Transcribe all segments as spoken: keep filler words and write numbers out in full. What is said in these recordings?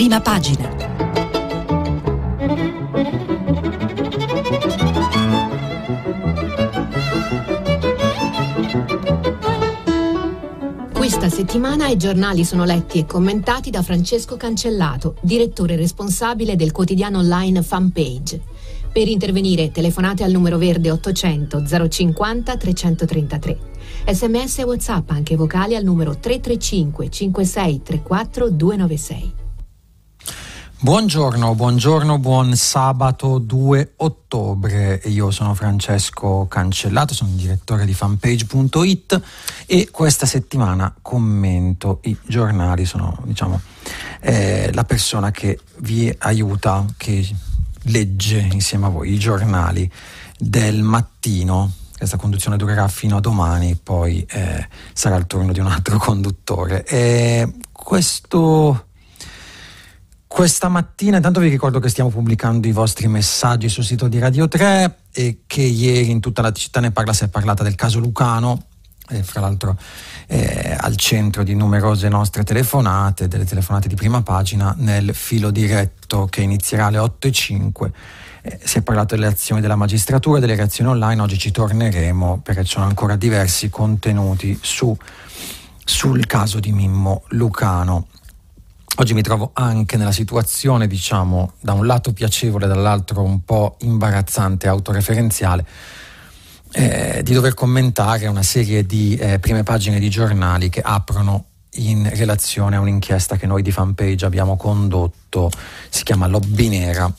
Prima pagina. Questa settimana i giornali sono letti e commentati da Francesco Cancellato, direttore responsabile del quotidiano online Fanpage. Per intervenire telefonate al numero verde ottocento zero cinquanta trecentotrentatré. Sms e WhatsApp anche vocali al numero tre tre cinque cinque sei tre quattro due nove sei. Buongiorno, buongiorno, buon sabato due ottobre. Io sono Francesco Cancellato, sono il direttore di fanpage punto it e questa settimana commento i giornali, sono diciamo eh, la persona che vi aiuta, che legge insieme a voi i giornali del mattino. Questa conduzione durerà fino a domani, poi eh, sarà il turno di un altro conduttore. E questo... Questa mattina, intanto vi ricordo che stiamo pubblicando i vostri messaggi sul sito di Radio tre e che ieri in tutta la città ne parla, si è parlata del caso Lucano, e fra l'altro eh, al centro di numerose nostre telefonate, delle telefonate di prima pagina nel filo diretto che inizierà alle otto e cinque. Eh, si è parlato delle azioni della magistratura, delle reazioni online, oggi ci torneremo perché ci sono ancora diversi contenuti su, sul caso di Mimmo Lucano. Oggi mi trovo anche nella situazione, diciamo, da un lato piacevole, dall'altro un po' imbarazzante e autoreferenziale, eh, di dover commentare una serie di eh, prime pagine di giornali che aprono in relazione a un'inchiesta che noi di Fanpage abbiamo condotto, si chiama Lobby Nera,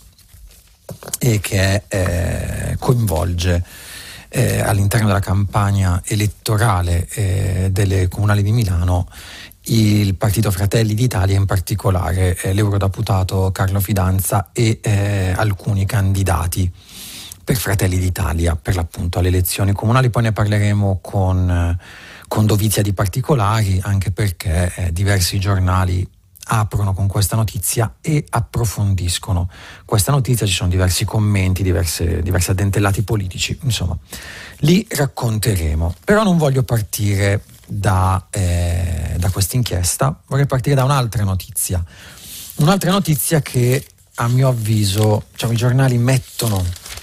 e che eh, coinvolge eh, all'interno della campagna elettorale eh, delle comunali di Milano il partito Fratelli d'Italia, in particolare eh, l'eurodeputato Carlo Fidanza e eh, alcuni candidati per Fratelli d'Italia per l'appunto alle elezioni comunali. Poi ne parleremo con, eh, con dovizia di particolari, anche perché eh, diversi giornali aprono con questa notizia e approfondiscono questa notizia. Ci sono diversi commenti, diverse, diversi addentellati politici, insomma li racconteremo. Però non voglio partire da, eh, da questa inchiesta, vorrei partire da un'altra notizia un'altra notizia che a mio avviso diciamo, i giornali mettono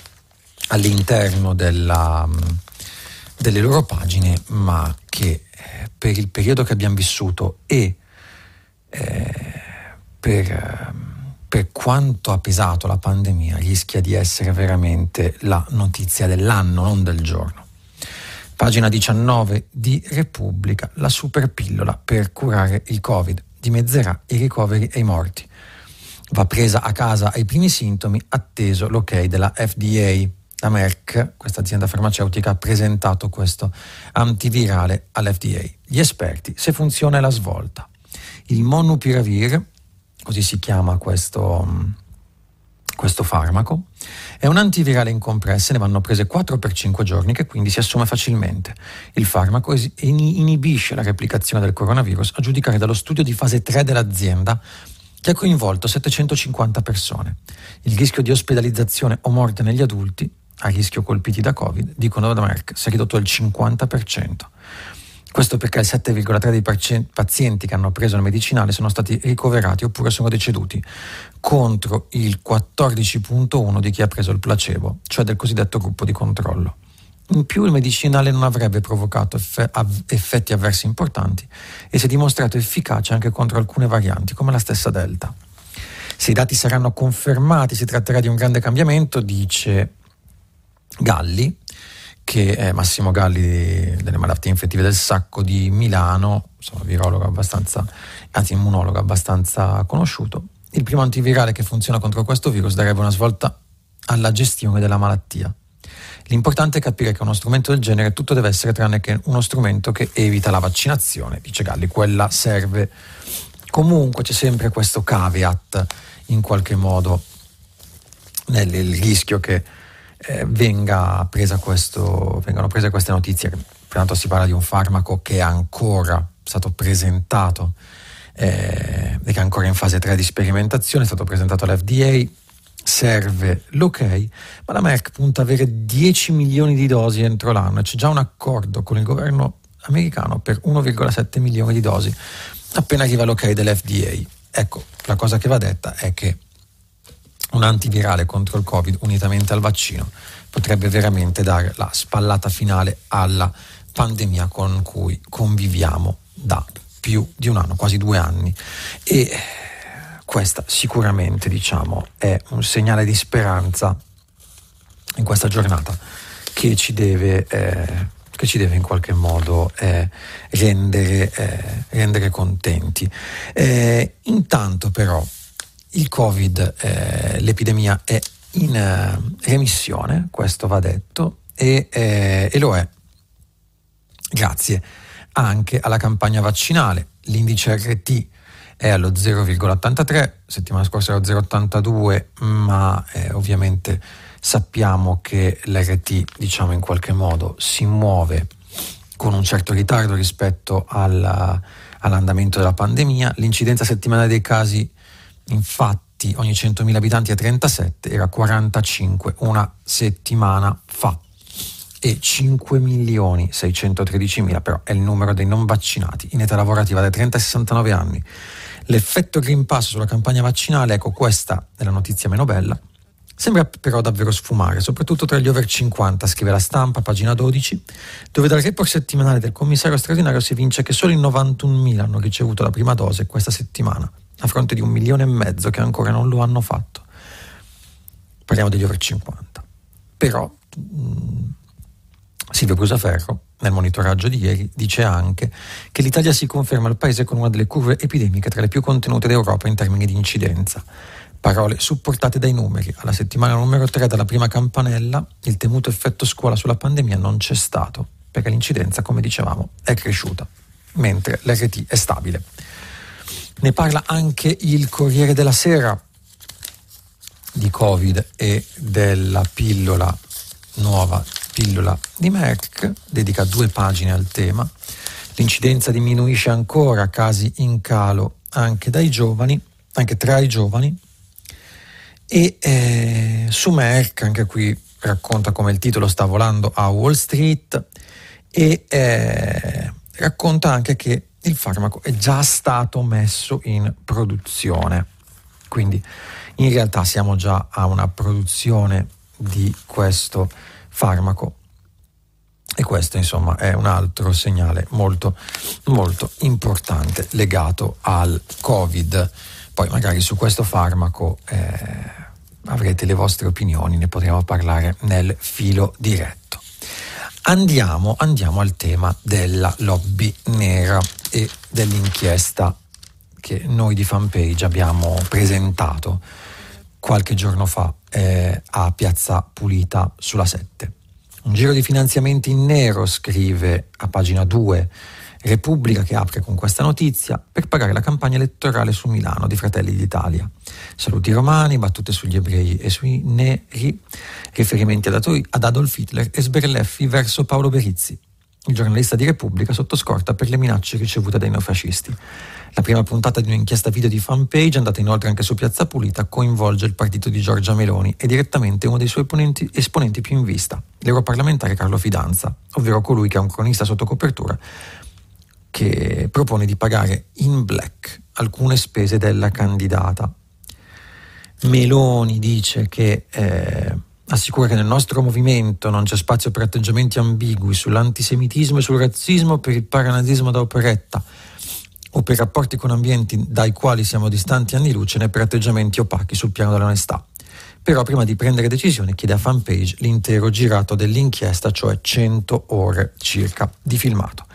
all'interno della, delle loro pagine, ma che eh, per il periodo che abbiamo vissuto e eh, per, per quanto ha pesato la pandemia rischia di essere veramente la notizia dell'anno, non del giorno. Pagina diciannove di Repubblica, la superpillola per curare il Covid, dimezzerà i ricoveri e i morti. Va presa a casa ai primi sintomi, atteso l'ok della F D A. La Merck, questa azienda farmaceutica, ha presentato questo antivirale all'F D A. Gli esperti, se funziona è la svolta. Il Molnupiravir, così si chiama questo... Questo farmaco è un antivirale in compresse, ne vanno prese quattro per cinque giorni, che quindi si assume facilmente. Il farmaco es- inibisce la replicazione del coronavirus, a giudicare dallo studio di fase tre dell'azienda che ha coinvolto settecentocinquanta persone. Il rischio di ospedalizzazione o morte negli adulti a rischio colpiti da Covid, dicono da Merck, si è ridotto al cinquanta per cento. Questo perché il sette virgola tre dei pazienti che hanno preso il medicinale sono stati ricoverati oppure sono deceduti, contro il quattordici virgola uno di chi ha preso il placebo, cioè del cosiddetto gruppo di controllo. In più il medicinale non avrebbe provocato eff- effetti avversi importanti e si è dimostrato efficace anche contro alcune varianti, come la stessa Delta. Se i dati saranno confermati si tratterà di un grande cambiamento, dice Galli, che è Massimo Galli delle malattie infettive del Sacco di Milano, insomma virologo abbastanza, anzi immunologo abbastanza conosciuto. Il primo antivirale che funziona contro questo virus darebbe una svolta alla gestione della malattia. L'importante è capire che uno strumento del genere tutto deve essere tranne che uno strumento che evita la vaccinazione, dice Galli, quella serve. Comunque c'è sempre questo caveat in qualche modo nel il rischio che Eh, venga presa questo, vengano prese queste notizie. Pertanto si parla di un farmaco che è ancora stato presentato eh, e che è ancora in fase tre di sperimentazione, è stato presentato all'F D A, serve l'ok, ma la Merck punta a avere dieci milioni di dosi entro l'anno e c'è già un accordo con il governo americano per uno virgola sette milioni di dosi appena arriva l'ok dell'F D A. Ecco, la cosa che va detta è che un antivirale contro il Covid, unitamente al vaccino, potrebbe veramente dare la spallata finale alla pandemia con cui conviviamo da più di un anno, quasi due anni. E questa sicuramente, diciamo, è un segnale di speranza in questa giornata che ci deve, eh, che ci deve in qualche modo eh, rendere, eh, rendere contenti. Eh, intanto però il Covid, eh, l'epidemia è in eh, remissione, questo va detto, e, eh, e lo è grazie anche alla campagna vaccinale. L'indice R T è allo zero virgola ottantatré, settimana scorsa era zero virgola ottantadue, ma eh, ovviamente sappiamo che l'R T, diciamo, in qualche modo si muove con un certo ritardo rispetto alla, all'andamento della pandemia. L'incidenza settimanale dei casi, infatti, ogni centomila abitanti è trentasette, era quarantacinque una settimana fa, e cinque milioni seicentotredicimila però è il numero dei non vaccinati in età lavorativa dai trenta ai sessantanove anni. L'effetto Green Pass sulla campagna vaccinale, ecco, questa è la notizia meno bella, sembra però davvero sfumare, soprattutto tra gli over cinquanta, scrive La Stampa, pagina dodici, dove dal report settimanale del commissario straordinario si evince che solo in novantunmila hanno ricevuto la prima dose questa settimana, a fronte di un milione e mezzo che ancora non lo hanno fatto. Parliamo degli over cinquanta. Però mh, Silvio Brusaferro, nel monitoraggio di ieri, dice anche che l'Italia si conferma il paese con una delle curve epidemiche tra le più contenute d'Europa in termini di incidenza. Parole supportate dai numeri. Alla settimana numero tre dalla prima campanella il temuto effetto scuola sulla pandemia non c'è stato, perché l'incidenza, come dicevamo, è cresciuta, mentre l'R T è stabile. Ne parla anche il Corriere della Sera di Covid e della pillola, nuova pillola di Merck, dedica due pagine al tema. L'incidenza diminuisce ancora, casi in calo anche dai giovani, anche tra i giovani. E eh, su Merck, anche qui racconta come il titolo sta volando a Wall Street, e eh, racconta anche che il farmaco è già stato messo in produzione, quindi in realtà siamo già a una produzione di questo farmaco, e questo insomma è un altro segnale molto molto importante legato al Covid. Poi magari su questo farmaco eh, avrete le vostre opinioni, ne potremo parlare nel filo diretto. Andiamo, andiamo al tema della lobby nera e dell'inchiesta che noi di Fanpage abbiamo presentato qualche giorno fa eh, a Piazza Pulita sulla sette. Un giro di finanziamenti in nero, scrive a pagina due Repubblica, che apre con questa notizia, per pagare la campagna elettorale su Milano di Fratelli d'Italia. Saluti romani, battute sugli ebrei e sui neri, riferimenti ad Adolf Hitler e sberleffi verso Paolo Berizzi, il giornalista di Repubblica sotto scorta per le minacce ricevute dai neofascisti. La prima puntata di un'inchiesta video di Fanpage, andata inoltre anche su Piazza Pulita, coinvolge il partito di Giorgia Meloni e direttamente uno dei suoi esponenti, esponenti più in vista, l'europarlamentare Carlo Fidanza, ovvero colui che è un cronista sotto copertura che propone di pagare in black alcune spese della candidata. Meloni dice che eh, assicura che nel nostro movimento non c'è spazio per atteggiamenti ambigui sull'antisemitismo e sul razzismo, per il paranazismo da operetta o per rapporti con ambienti dai quali siamo distanti anni luce, né per atteggiamenti opachi sul piano dell'onestà. Però prima di prendere decisione chiede a Fanpage l'intero girato dell'inchiesta, cioè cento ore circa di filmato.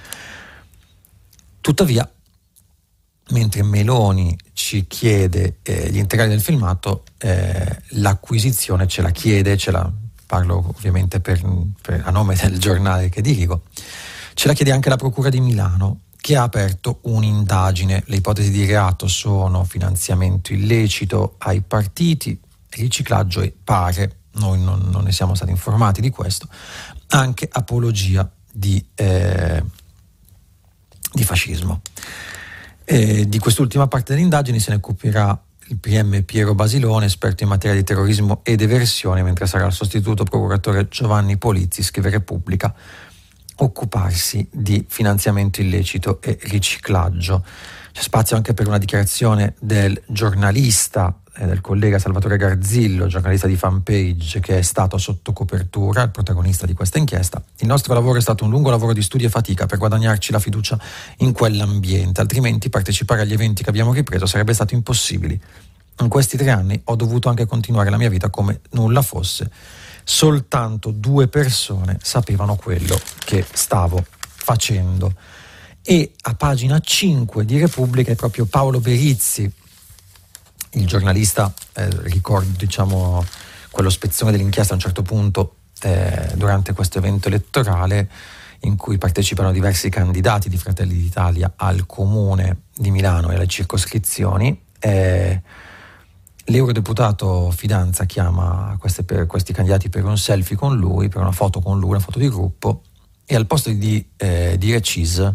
Tuttavia, mentre Meloni ci chiede eh, gli integrali del filmato, eh, l'acquisizione ce la chiede, ce la parlo ovviamente per, per, a nome del giornale che dirigo, ce la chiede anche la Procura di Milano, che ha aperto un'indagine. Le ipotesi di reato sono finanziamento illecito ai partiti, riciclaggio e, pare, noi non, non ne siamo stati informati di questo, anche apologia di... Eh, di fascismo. E di quest'ultima parte dell'indagine se ne occuperà il P M Piero Basilone, esperto in materia di terrorismo ed eversione, mentre sarà il sostituto procuratore Giovanni Polizzi, scrive Repubblica, occuparsi di finanziamento illecito e riciclaggio. C'è spazio anche per una dichiarazione del giornalista e del collega Salvatore Garzillo, giornalista di Fanpage, che è stato sotto copertura, il protagonista di questa inchiesta. Il nostro lavoro è stato un lungo lavoro di studio e fatica per guadagnarci la fiducia in quell'ambiente, altrimenti partecipare agli eventi che abbiamo ripreso sarebbe stato impossibile. In questi tre anni ho dovuto anche continuare la mia vita come nulla fosse. Soltanto due persone sapevano quello che stavo facendo. E a pagina cinque di Repubblica è proprio Paolo Berizzi, il giornalista, eh, ricordo diciamo quello spezzone dell'inchiesta a un certo punto eh, durante questo evento elettorale in cui partecipano diversi candidati di Fratelli d'Italia al comune di Milano e alle circoscrizioni. Eh, l'eurodeputato Fidanza chiama queste, per, questi candidati per un selfie con lui, per una foto con lui, una foto di gruppo, e al posto di eh, dire cheese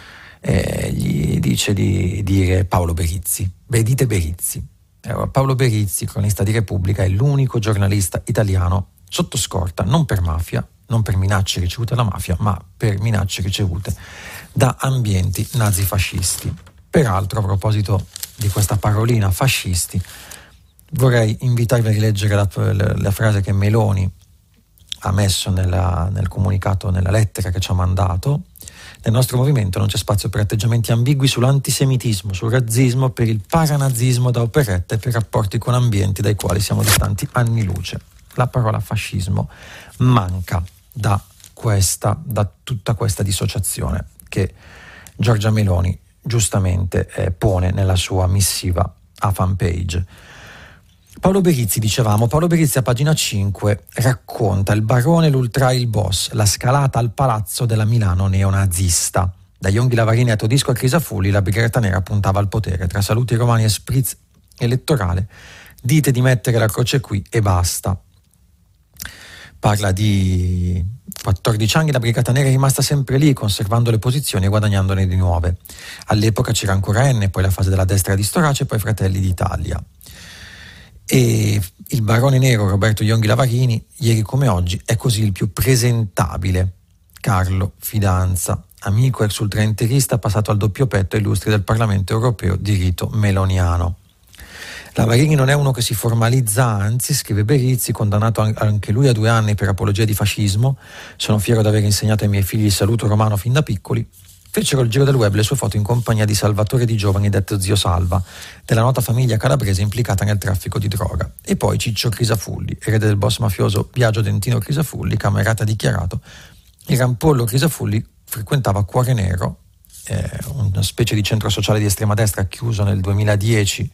eh, gli dice di dire Paolo Berizzi. Beh, dite Berizzi. Allora, Paolo Berizzi, cronista di Repubblica, è l'unico giornalista italiano sotto scorta, non per mafia, non per minacce ricevute dalla mafia, ma per minacce ricevute da ambienti nazifascisti. Peraltro, a proposito di questa parolina fascisti, vorrei invitarvi a rileggere la, la, la frase che Meloni ha messo nella, nel comunicato, nella lettera che ci ha mandato. Nel nostro movimento non c'è spazio per atteggiamenti ambigui sull'antisemitismo, sul razzismo, per il paranazismo da operetta e per rapporti con ambienti dai quali siamo distanti anni luce. La parola fascismo manca da questa, da tutta questa dissociazione che Giorgia Meloni giustamente eh, pone nella sua missiva a Fanpage. Paolo Berizzi, dicevamo, Paolo Berizzi a pagina cinque racconta il barone, l'ultra, il boss, la scalata al palazzo della Milano neonazista. Da Yonghi Lavarini a Todisco a Crisafulli la Brigata Nera puntava al potere, tra saluti romani e spritz elettorale, dite di mettere la croce qui e basta. Parla di quattordici anni, la Brigata Nera è rimasta sempre lì, conservando le posizioni e guadagnandone di nuove. All'epoca c'era ancora Enne, poi la fase della destra di Storace e poi Fratelli d'Italia. E il barone nero Roberto Yonghi Lavarini, ieri come oggi, è così il più presentabile. Carlo Fidanza, amico ex ultrainterista, passato al doppio petto, illustri del Parlamento europeo di rito meloniano. Lavarini non è uno che si formalizza, anzi, scrive Berizzi, condannato anche lui a due anni per apologia di fascismo. Sono fiero di aver insegnato ai miei figli il saluto romano fin da piccoli. Fecero il giro del web le sue foto in compagnia di Salvatore Di Giovani, detto zio Salva, della nota famiglia calabrese implicata nel traffico di droga. E poi Ciccio Crisafulli, erede del boss mafioso Biagio Dentino Crisafulli, camerata dichiarato. Il rampollo Crisafulli frequentava Cuore Nero, eh, una specie di centro sociale di estrema destra chiuso nel duemiladieci,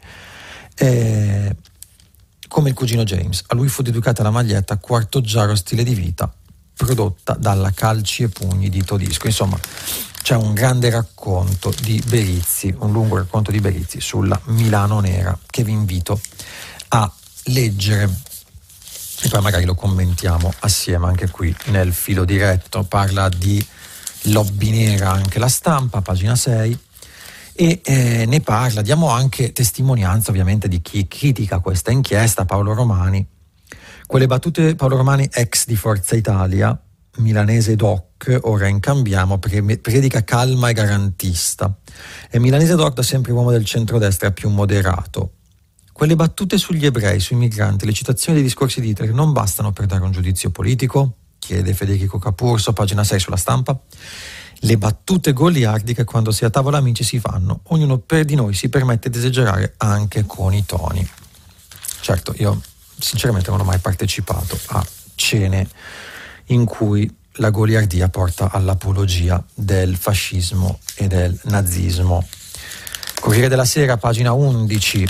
eh, come il cugino James. A lui fu dedicata la maglietta Quarto Giaro Stile di Vita, prodotta dalla Calci e Pugni di Todisco. Insomma, c'è un grande racconto di Berizzi, un lungo racconto di Berizzi sulla Milano Nera che vi invito a leggere e poi magari lo commentiamo assieme anche qui nel filo diretto. Parla di lobby nera anche La Stampa, pagina sei, e eh, ne parla, diamo anche testimonianza ovviamente di chi critica questa inchiesta, Paolo Romani. Quelle battute, Paolo Romani, ex di Forza Italia, milanese doc, ora in Cambiamo, predica calma e garantista. E milanese doc da sempre uomo del centrodestra più moderato. Quelle battute sugli ebrei, sui migranti, le citazioni dei discorsi di Hitler non bastano per dare un giudizio politico? Chiede Federico Capurso, pagina sei sulla Stampa. Le battute goliardiche quando si è a tavola amici si fanno, ognuno per di noi si permette di esagerare anche con i toni. Certo, io sinceramente non ho mai partecipato a cene in cui la goliardia porta all'apologia del fascismo e del nazismo. Corriere della Sera, pagina undici,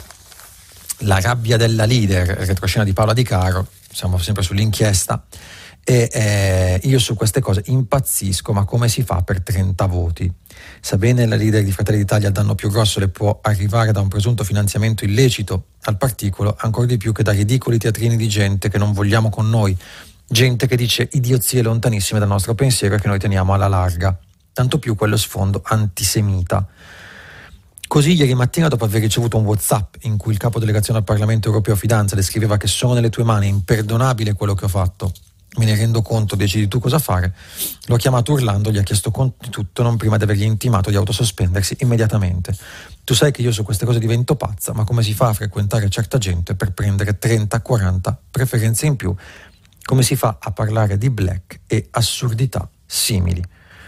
la rabbia della leader, retroscena di Paola Di Caro, siamo sempre sull'inchiesta, e eh, io su queste cose impazzisco, ma come si fa per trenta voti? Sa bene la leader di Fratelli d'Italia il danno più grosso le può arrivare da un presunto finanziamento illecito al particolo, ancora di più che da ridicoli teatrini di gente che non vogliamo con noi, gente che dice idiozie lontanissime dal nostro pensiero e che noi teniamo alla larga, tanto più quello sfondo antisemita. Così ieri mattina, dopo aver ricevuto un WhatsApp in cui il capo delegazione al Parlamento europeo Fidanza le scriveva che sono nelle tue mani, imperdonabile quello che ho fatto, me ne rendo conto, decidi tu cosa fare. L'ho chiamato urlando, gli ha chiesto conto di tutto, non prima di avergli intimato di autosospendersi immediatamente. Tu sai che io su queste cose divento pazza, ma come si fa a frequentare certa gente per prendere trenta quaranta preferenze in più? Come si fa a parlare di black e assurdità simili?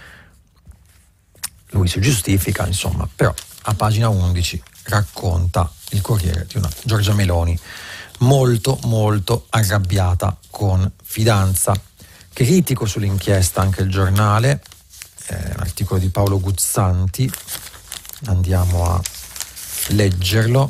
Lui si giustifica, insomma, però a pagina undici racconta il Corriere di una Giorgia Meloni molto molto arrabbiata con Fidanza, critico sull'inchiesta anche il Giornale, eh, un articolo di Paolo Guzzanti, andiamo a leggerlo.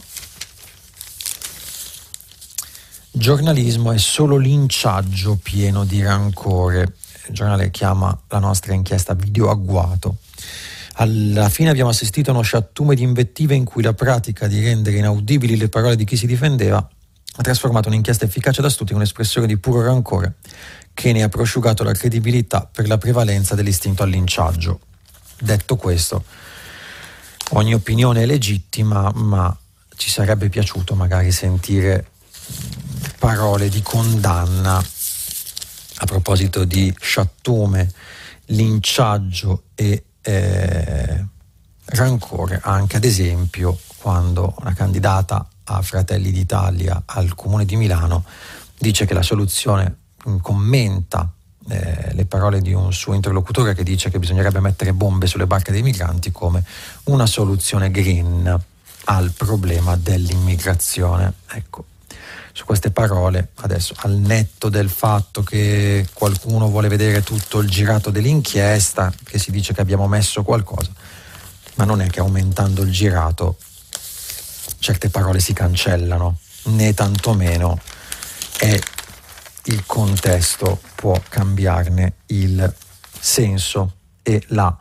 Giornalismo è solo linciaggio pieno di rancore. Il Giornale chiama la nostra inchiesta video agguato. Alla fine abbiamo assistito a uno sciattume di invettive in cui la pratica di rendere inaudibili le parole di chi si difendeva ha trasformato un'inchiesta efficace da studio in un'espressione di puro rancore che ne ha prosciugato la credibilità per la prevalenza dell'istinto al linciaggio. Detto questo, ogni opinione è legittima, ma ci sarebbe piaciuto magari sentire parole di condanna a proposito di sciattume, linciaggio e eh, rancore, anche ad esempio quando una candidata a Fratelli d'Italia al Comune di Milano dice che la soluzione, commenta eh, le parole di un suo interlocutore che dice che bisognerebbe mettere bombe sulle barche dei migranti come una soluzione green al problema dell'immigrazione. Ecco, su queste parole adesso, al netto del fatto che qualcuno vuole vedere tutto il girato dell'inchiesta, che si dice che abbiamo messo qualcosa, ma non è che aumentando il girato certe parole si cancellano, né tantomeno è il contesto può cambiarne il senso e, la,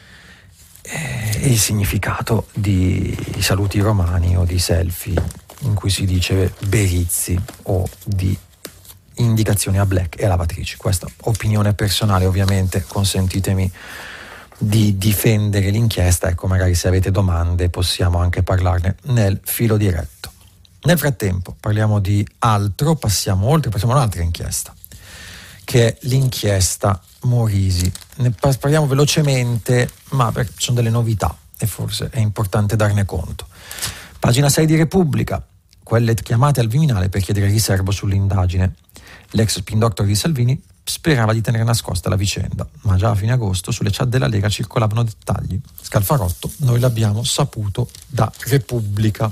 eh, e il significato di saluti romani o di selfie in cui si dice Berizzi o di indicazioni a black e lavatrici. Questa opinione personale, ovviamente consentitemi di difendere l'inchiesta, ecco, magari se avete domande possiamo anche parlarne nel filo diretto. Nel frattempo parliamo di altro, passiamo oltre, passiamo a un'altra inchiesta, che è l'inchiesta Morisi. Ne parliamo velocemente, ma perché ci sono delle novità e forse è importante darne conto. Pagina sei di Repubblica, quelle chiamate al Viminale per chiedere riservo sull'indagine. L'ex spin doctor di Salvini sperava di tenere nascosta la vicenda, ma già a fine agosto sulle chat della Lega circolavano dettagli. Scalfarotto, noi l'abbiamo saputo da Repubblica.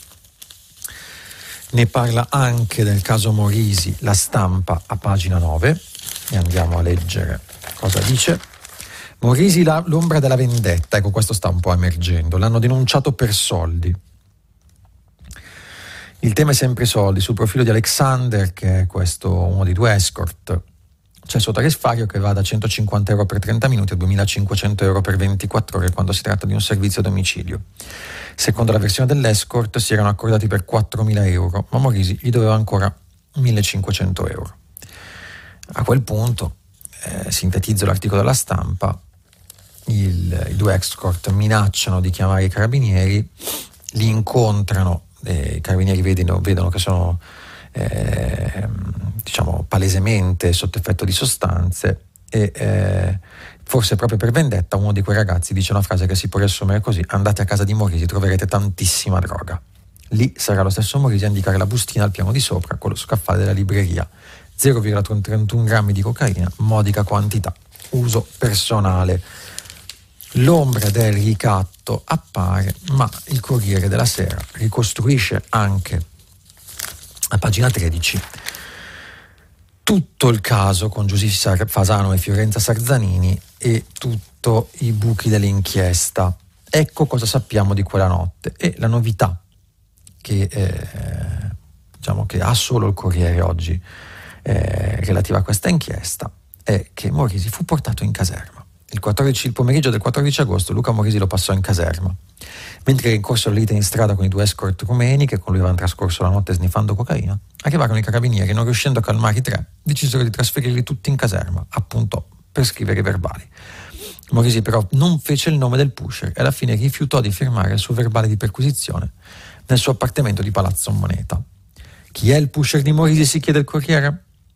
Ne parla anche del caso Morisi La Stampa a pagina nove e andiamo a leggere cosa dice. Morisi la, l'ombra della vendetta, ecco, questo sta un po' emergendo, l'hanno denunciato per soldi. Il tema è sempre soldi. Sul profilo di Alexander, che è questo uno dei due escort, c'è il sottoresfario che va da centocinquanta euro per trenta minuti a duemilacinquecento euro per ventiquattro ore quando si tratta di un servizio a domicilio. Secondo la versione dell'escort si erano accordati per quattromila euro, ma Morisi gli doveva ancora millecinquecento euro. A quel punto, eh, sintetizzo l'articolo della Stampa, il, i due escort minacciano di chiamare i carabinieri, li incontrano, eh, i carabinieri vedono, vedono che sono eh, diciamo palesemente sotto effetto di sostanze e eh, forse proprio per vendetta uno di quei ragazzi dice una frase che si può riassumere così: andate a casa di Morisi, troverete tantissima droga. Lì sarà lo stesso Morisi a indicare la bustina al piano di sopra con lo scaffale della libreria: zero virgola trentuno grammi di cocaina, modica quantità, uso personale. L'ombra del ricatto appare, ma il Corriere della Sera ricostruisce anche a pagina tredici tutto il caso con Giusy Fasano e Fiorenza Sarzanini e tutti i buchi dell'inchiesta. Ecco cosa sappiamo di quella notte e la novità che eh, diciamo che ha solo il Corriere oggi eh, relativa a questa inchiesta è che Morisi fu portato in caserma. Il, quattordici, il pomeriggio del quattordici agosto Luca Morisi lo passò in caserma. Mentre era in corso la lite in strada con i due escort rumeni che con lui avevano trascorso la notte sniffando cocaina, arrivarono i carabinieri e non riuscendo a calmare i tre, decisero di trasferirli tutti in caserma, appunto per scrivere i verbali. Morisi però non fece il nome del pusher e alla fine rifiutò di firmare il suo verbale di perquisizione nel suo appartamento di Palazzo Moneta. Chi è il pusher di Morisi, si chiede il Corriere?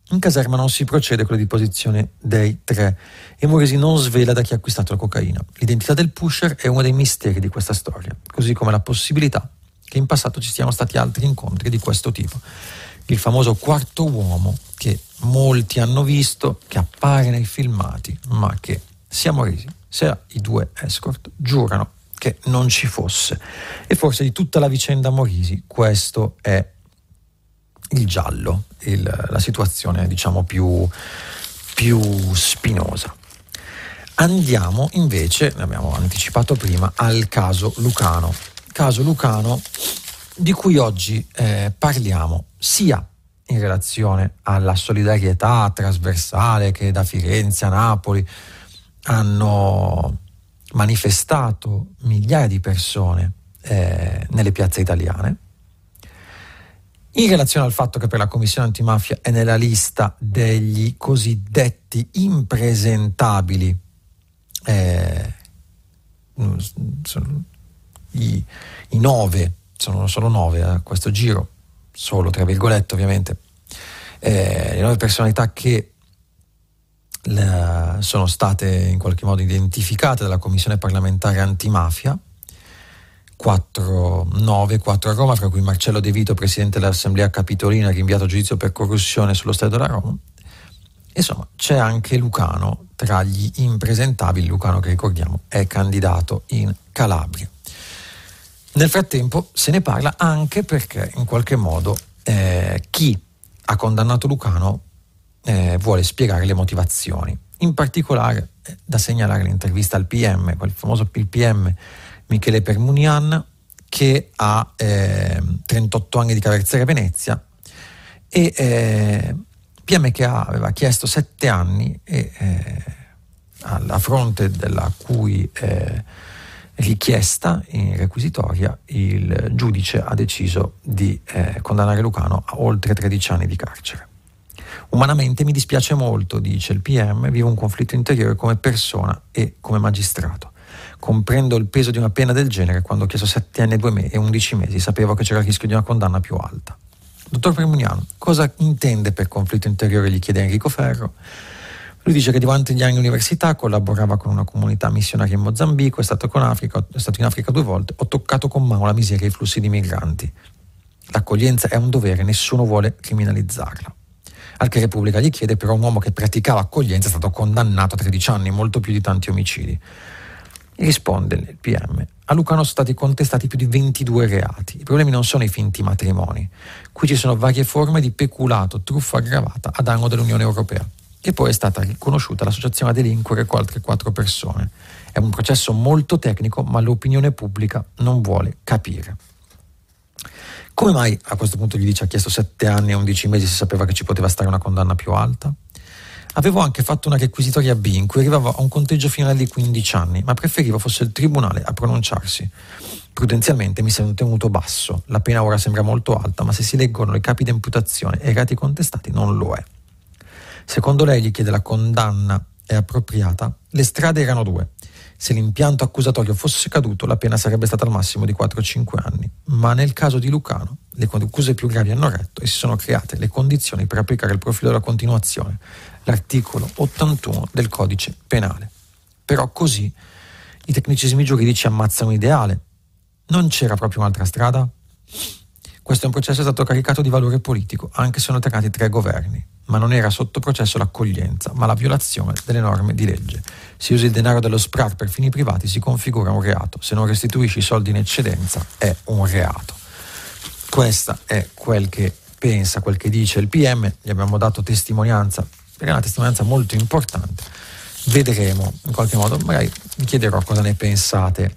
In caserma non si procede con la deposizione dei tre e Moresi non svela da chi ha acquistato la cocaina. L'identità del pusher è uno dei misteri di questa storia, così come la possibilità che in passato ci siano stati altri incontri di questo tipo. Il famoso quarto uomo che molti hanno visto, che appare nei filmati, ma che sia Moresi sia i due escort giurano che non ci fosse. E forse di tutta la vicenda Moresi questo è il giallo, il, la situazione diciamo più, più spinosa. Andiamo invece, ne abbiamo anticipato prima, al caso Lucano. Caso Lucano di cui oggi eh, parliamo sia in relazione alla solidarietà trasversale che da Firenze a Napoli hanno manifestato migliaia di persone eh, nelle piazze italiane, in relazione al fatto che per la Commissione Antimafia è nella lista degli cosiddetti impresentabili eh, sono i, i nove, sono solo nove a questo giro, solo tra virgolette ovviamente, eh, le nove personalità che le, sono state in qualche modo identificate dalla Commissione parlamentare antimafia, quattro, nove, quattro a Roma, fra cui Marcello De Vito, presidente dell'Assemblea Capitolina, rinviato a giudizio per corruzione sullo Stato della Roma. Insomma, c'è anche Lucano tra gli impresentabili, Lucano che ricordiamo è candidato in Calabria. Nel frattempo se ne parla anche perché in qualche modo eh, chi ha condannato Lucano eh, vuole spiegare le motivazioni. In particolare eh, da segnalare l'intervista al P M, quel famoso P M Michele Permunian, che ha eh, trentotto anni di carcere a Venezia e eh, P M che ha, aveva chiesto sette anni e eh, a fronte della cui eh, richiesta in requisitoria il giudice ha deciso di eh, condannare Lucano a oltre tredici anni di carcere. Umanamente mi dispiace molto, dice il P M, vivo un conflitto interiore come persona e come magistrato. Comprendo il peso di una pena del genere. Quando ho chiesto sette anni e due mesi e undici mesi sapevo che c'era il rischio di una condanna più alta. Dottor Permuniano, cosa intende per conflitto interiore? Gli chiede Enrico Ferro. Lui dice che durante gli anni università collaborava con una comunità missionaria in Mozambico, è stato, con Africa, è stato in Africa due volte, ho toccato con mano la miseria e i flussi di migranti. L'accoglienza è un dovere, nessuno vuole criminalizzarla. Al che Repubblica gli chiede però un uomo che praticava accoglienza è stato condannato a tredici anni, molto più di tanti omicidi. E risponde il P M, a Lucano sono stati contestati più di ventidue reati. I problemi non sono i finti matrimoni. Qui ci sono varie forme di peculato, truffa aggravata a danno dell'Unione Europea. E poi è stata riconosciuta l'associazione a delinquere con altre quattro persone. È un processo molto tecnico, ma l'opinione pubblica non vuole capire. Come mai a questo punto gli dice ha chiesto sette anni e undici mesi se sapeva che ci poteva stare una condanna più alta? Avevo anche fatto una requisitoria B in cui arrivavo a un conteggio finale di quindici anni, ma preferivo fosse il tribunale a pronunciarsi. Prudenzialmente mi sono tenuto basso. La pena ora sembra molto alta, ma se si leggono i capi di imputazione e i reati contestati non lo è. Secondo lei, gli chiede, la condanna è appropriata? Le strade erano due. Se l'impianto accusatorio fosse caduto, la pena sarebbe stata al massimo di quattro cinque anni. Ma nel caso di Lucano, le accuse più gravi hanno retto e si sono create le condizioni per applicare il profilo della continuazione, l'articolo ottantuno del codice penale. Però così i tecnicismi giuridici ammazzano un ideale. Non c'era proprio un'altra strada? Questo è un processo stato caricato di valore politico, anche se sono alternati tre governi. Ma non era sotto processo l'accoglienza, ma la violazione delle norme di legge. Se usi il denaro dello S P R A R per fini privati si configura un reato. Se non restituisci i soldi in eccedenza è un reato. Questa è quel che pensa, quel che dice il P M. Gli abbiamo dato testimonianza, perché è una testimonianza molto importante. Vedremo in qualche modo, magari vi chiederò cosa ne pensate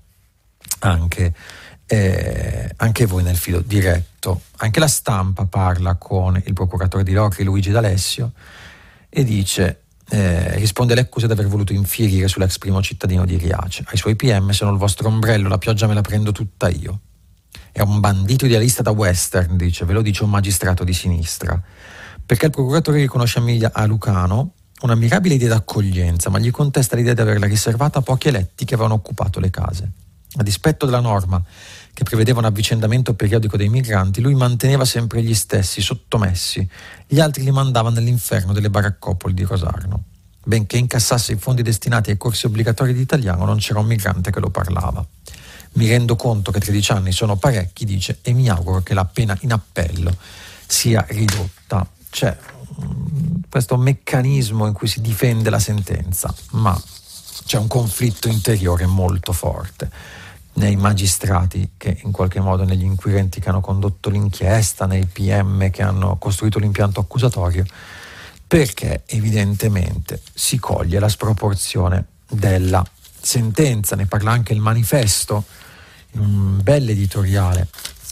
anche Eh, anche voi nel filo diretto. Anche La Stampa parla con il procuratore di Locri, Luigi D'Alessio, e dice eh, risponde alle accuse di aver voluto infierire sull'ex primo cittadino di Riace. Ai suoi P M sono il vostro ombrello, la pioggia me la prendo tutta io. È un bandito idealista da western, dice, ve lo dice un magistrato di sinistra, perché il procuratore riconosce a, a Lucano una mirabile idea d'accoglienza, ma gli contesta l'idea di averla riservata a pochi eletti che avevano occupato le case. A dispetto della norma che prevedeva un avvicendamento periodico dei migranti, lui manteneva sempre gli stessi sottomessi, gli altri li mandava nell'inferno delle baraccopoli di Rosarno. Benché incassasse i fondi destinati ai corsi obbligatori di italiano, non c'era un migrante che lo parlava. Mi rendo conto che tredici anni sono parecchi, dice, e mi auguro che la pena in appello sia ridotta. C'è questo meccanismo in cui si difende la sentenza, ma c'è un conflitto interiore molto forte nei magistrati che in qualche modo, negli inquirenti che hanno condotto l'inchiesta, nei P M che hanno costruito l'impianto accusatorio, perché evidentemente si coglie la sproporzione della sentenza. Ne parla anche il Manifesto in un bel editoriale,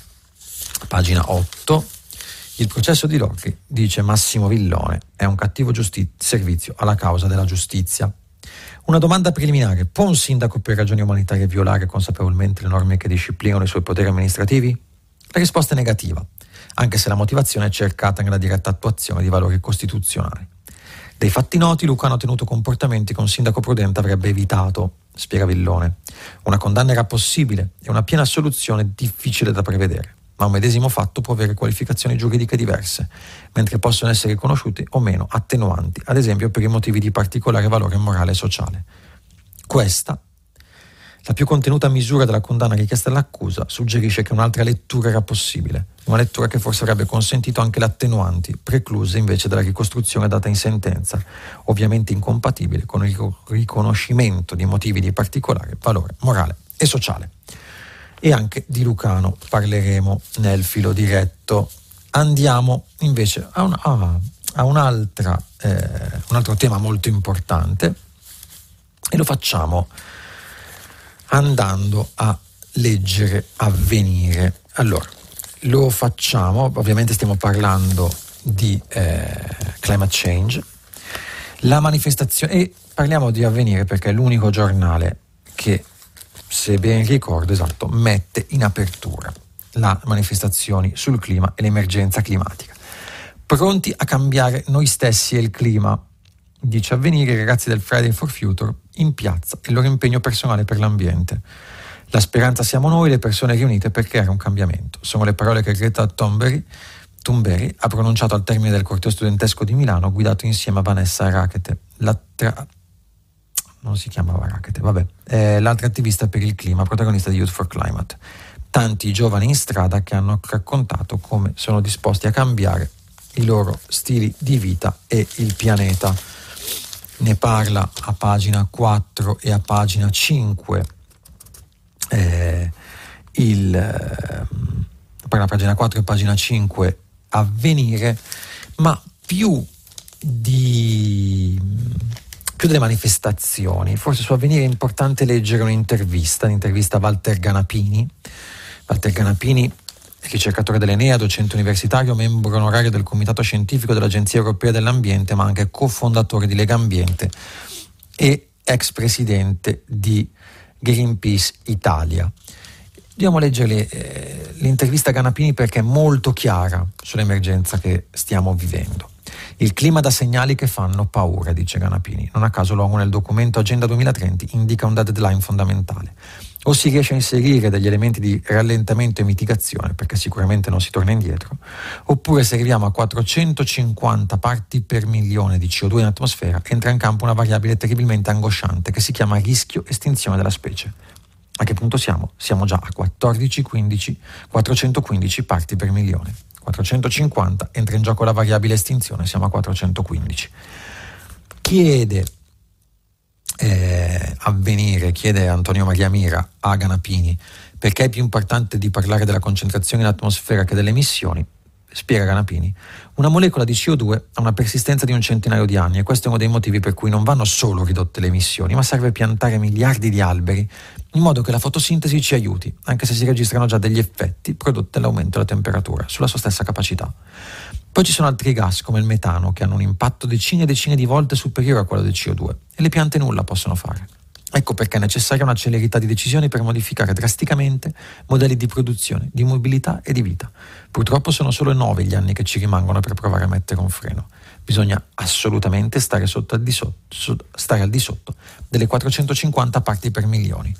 pagina otto. Il processo di Lordi, dice Massimo Villone, è un cattivo giusti- servizio alla causa della giustizia. Una domanda preliminare: può un sindaco per ragioni umanitarie violare consapevolmente le norme che disciplinano i suoi poteri amministrativi? La risposta è negativa, anche se la motivazione è cercata nella diretta attuazione di valori costituzionali. Dei fatti noti, Lucano ha tenuto comportamenti che un sindaco prudente avrebbe evitato, spiega Villone. Una condanna era possibile e una piena assoluzione difficile da prevedere, ma un medesimo fatto può avere qualificazioni giuridiche diverse, mentre possono essere riconosciuti o meno attenuanti, ad esempio per i motivi di particolare valore morale e sociale. Questa, la più contenuta misura della condanna richiesta dall'accusa, suggerisce che un'altra lettura era possibile, una lettura che forse avrebbe consentito anche le attenuanti, precluse invece dalla ricostruzione data in sentenza, ovviamente incompatibile con il riconoscimento di motivi di particolare valore morale e sociale. E anche di Lucano parleremo nel filo diretto. Andiamo invece a, una, a, a un'altra, eh, un altro tema molto importante, e lo facciamo andando a leggere Avvenire. Allora, lo facciamo, ovviamente stiamo parlando di eh, climate change, la manifestazione, e parliamo di Avvenire perché è l'unico giornale che, se ben ricordo, esatto, mette in apertura le manifestazioni sul clima e l'emergenza climatica. Pronti a cambiare noi stessi e il clima, dice Avvenire, i ragazzi del Friday for Future in piazza, il loro impegno personale per l'ambiente. La speranza siamo noi, le persone riunite per creare un cambiamento. Sono le parole che Greta Thunberg, Thunberg ha pronunciato al termine del corteo studentesco di Milano, guidato insieme a Vanessa Rachete, la tra... non si chiamava Rachete, vabbè, è l'altra attivista per il clima, protagonista di Youth for Climate. Tanti giovani in strada che hanno raccontato come sono disposti a cambiare i loro stili di vita e il pianeta. Ne parla a pagina quattro e a pagina cinque eh, il eh, parla a pagina quattro e pagina cinque Avvenire, ma più di più delle manifestazioni, forse su Avvenire è importante leggere un'intervista, un'intervista a Walter Ganapini. Walter Ganapini è ricercatore dell'Enea, docente universitario, membro onorario del Comitato Scientifico dell'Agenzia Europea dell'Ambiente, ma anche cofondatore di Lega Ambiente e ex presidente di Greenpeace Italia. Dobbiamo leggere eh, l'intervista a Ganapini perché è molto chiara sull'emergenza che stiamo vivendo. Il clima dà segnali che fanno paura, dice Ganapini. Non a caso l'ONU nel documento Agenda duemilatrenta indica un deadline fondamentale. O si riesce a inserire degli elementi di rallentamento e mitigazione, perché sicuramente non si torna indietro, oppure se arriviamo a quattrocentocinquanta parti per milione di C O due in atmosfera, entra in campo una variabile terribilmente angosciante che si chiama rischio estinzione della specie. A che punto siamo? Siamo già a quattordici quindici, quattrocentoquindici parti per milione. quattrocentocinquanta, entra in gioco la variabile estinzione, siamo a quattrocentoquindici. Chiede eh, Avvenire, chiede Antonio Maria Mira a Ganapini, perché è più importante di parlare della concentrazione in atmosfera che delle emissioni. Spiega Ganapini, una molecola di C O due ha una persistenza di un centinaio di anni e questo è uno dei motivi per cui non vanno solo ridotte le emissioni, ma serve piantare miliardi di alberi in modo che la fotosintesi ci aiuti, anche se si registrano già degli effetti prodotti dall'aumento della temperatura sulla sua stessa capacità. Poi ci sono altri gas come il metano che hanno un impatto decine e decine di volte superiore a quello del C O due e le piante nulla possono fare. Ecco perché è necessaria una celerità di decisioni per modificare drasticamente modelli di produzione, di mobilità e di vita. Purtroppo sono solo nove gli anni che ci rimangono per provare a mettere un freno. Bisogna assolutamente stare, sotto al, di sotto, stare al di sotto delle quattrocentocinquanta parti per milioni.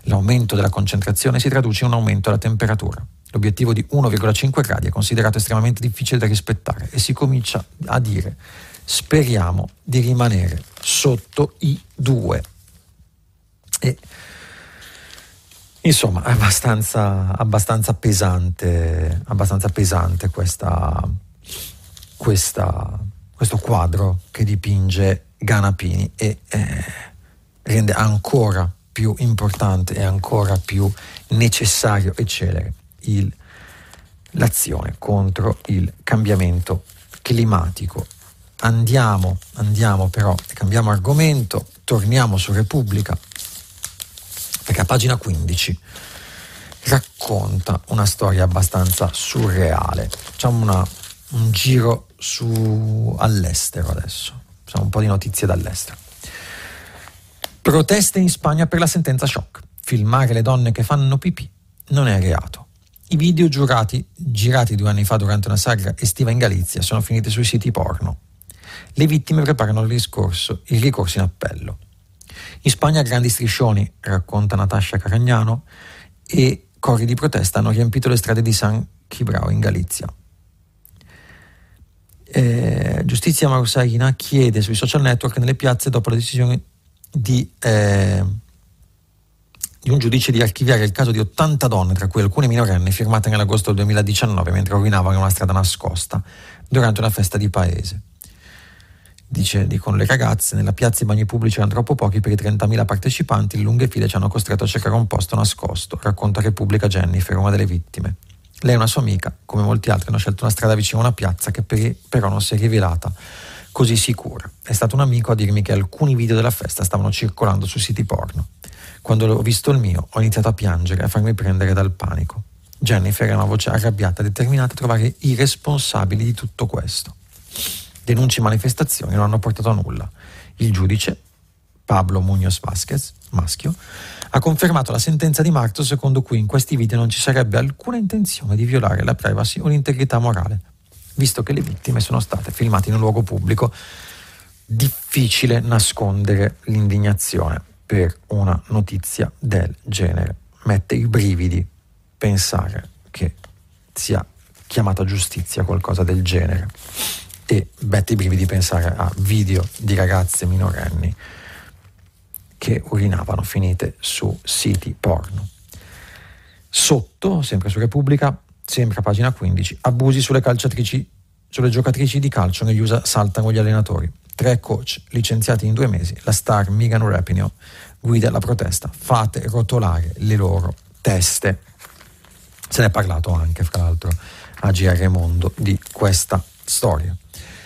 L'aumento della concentrazione si traduce in un aumento della temperatura. L'obiettivo di uno virgola cinque gradi è considerato estremamente difficile da rispettare e si comincia a dire: speriamo di rimanere sotto i due. E insomma è abbastanza, abbastanza pesante, abbastanza pesante questa, questa, questo quadro che dipinge Ganapini e eh, rende ancora più importante e ancora più necessario e celere il, l'azione contro il cambiamento climatico. Andiamo, andiamo però, cambiamo argomento, torniamo su Repubblica, perché a pagina quindici racconta una storia abbastanza surreale. Facciamo una, un giro su all'estero adesso, facciamo un po' di notizie dall'estero. Proteste in Spagna per la sentenza shock. Filmare le donne che fanno pipì non è reato. I video giurati, girati due anni fa durante una sagra estiva in Galizia sono finiti sui siti porno. Le vittime preparano il ricorso, il ricorso in appello. In Spagna grandi striscioni, racconta Natascia Caragnano, e cori di protesta hanno riempito le strade di San Cibrao in Galizia. Eh, Giustizia Marussaina chiede sui social network nelle piazze dopo la decisione Di, eh, di un giudice di archiviare il caso di ottanta donne, tra cui alcune minorenni, firmate nell'agosto del duemiladiciannove mentre urinavano in una strada nascosta durante una festa di paese. Dice, dicono le ragazze, nella piazza i bagni pubblici erano troppo pochi per i trentamila partecipanti, le lunghe file ci hanno costretto a cercare un posto nascosto, racconta Repubblica Jennifer, una delle vittime. Lei e una sua amica, come molti altri, hanno scelto una strada vicino a una piazza che per, però non si è rivelata così sicura. È stato un amico a dirmi che alcuni video della festa stavano circolando su siti porno. Quando ho visto il mio, ho iniziato a piangere e a farmi prendere dal panico. Jennifer è una voce arrabbiata, determinata a trovare i responsabili di tutto questo. Denunce e manifestazioni non hanno portato a nulla. Il giudice, Pablo Muñoz Vázquez, maschio, ha confermato la sentenza di marzo secondo cui in questi video non ci sarebbe alcuna intenzione di violare la privacy o l'integrità morale, visto che le vittime sono state filmate in un luogo pubblico. Difficile nascondere l'indignazione per una notizia del genere. Mette i brividi pensare che sia chiamata giustizia qualcosa del genere, e mette i brividi pensare a video di ragazze minorenni che urinavano finite su siti porno. Sotto, sempre su Repubblica, sempre a pagina quindici, abusi sulle calciatrici, sulle giocatrici di calcio negli U S A saltano gli allenatori. Tre coach licenziati in due mesi. La star Megan Rapinoe guida la protesta. Fate rotolare le loro teste. Se ne è parlato anche, fra l'altro, a G R Mondo di questa storia.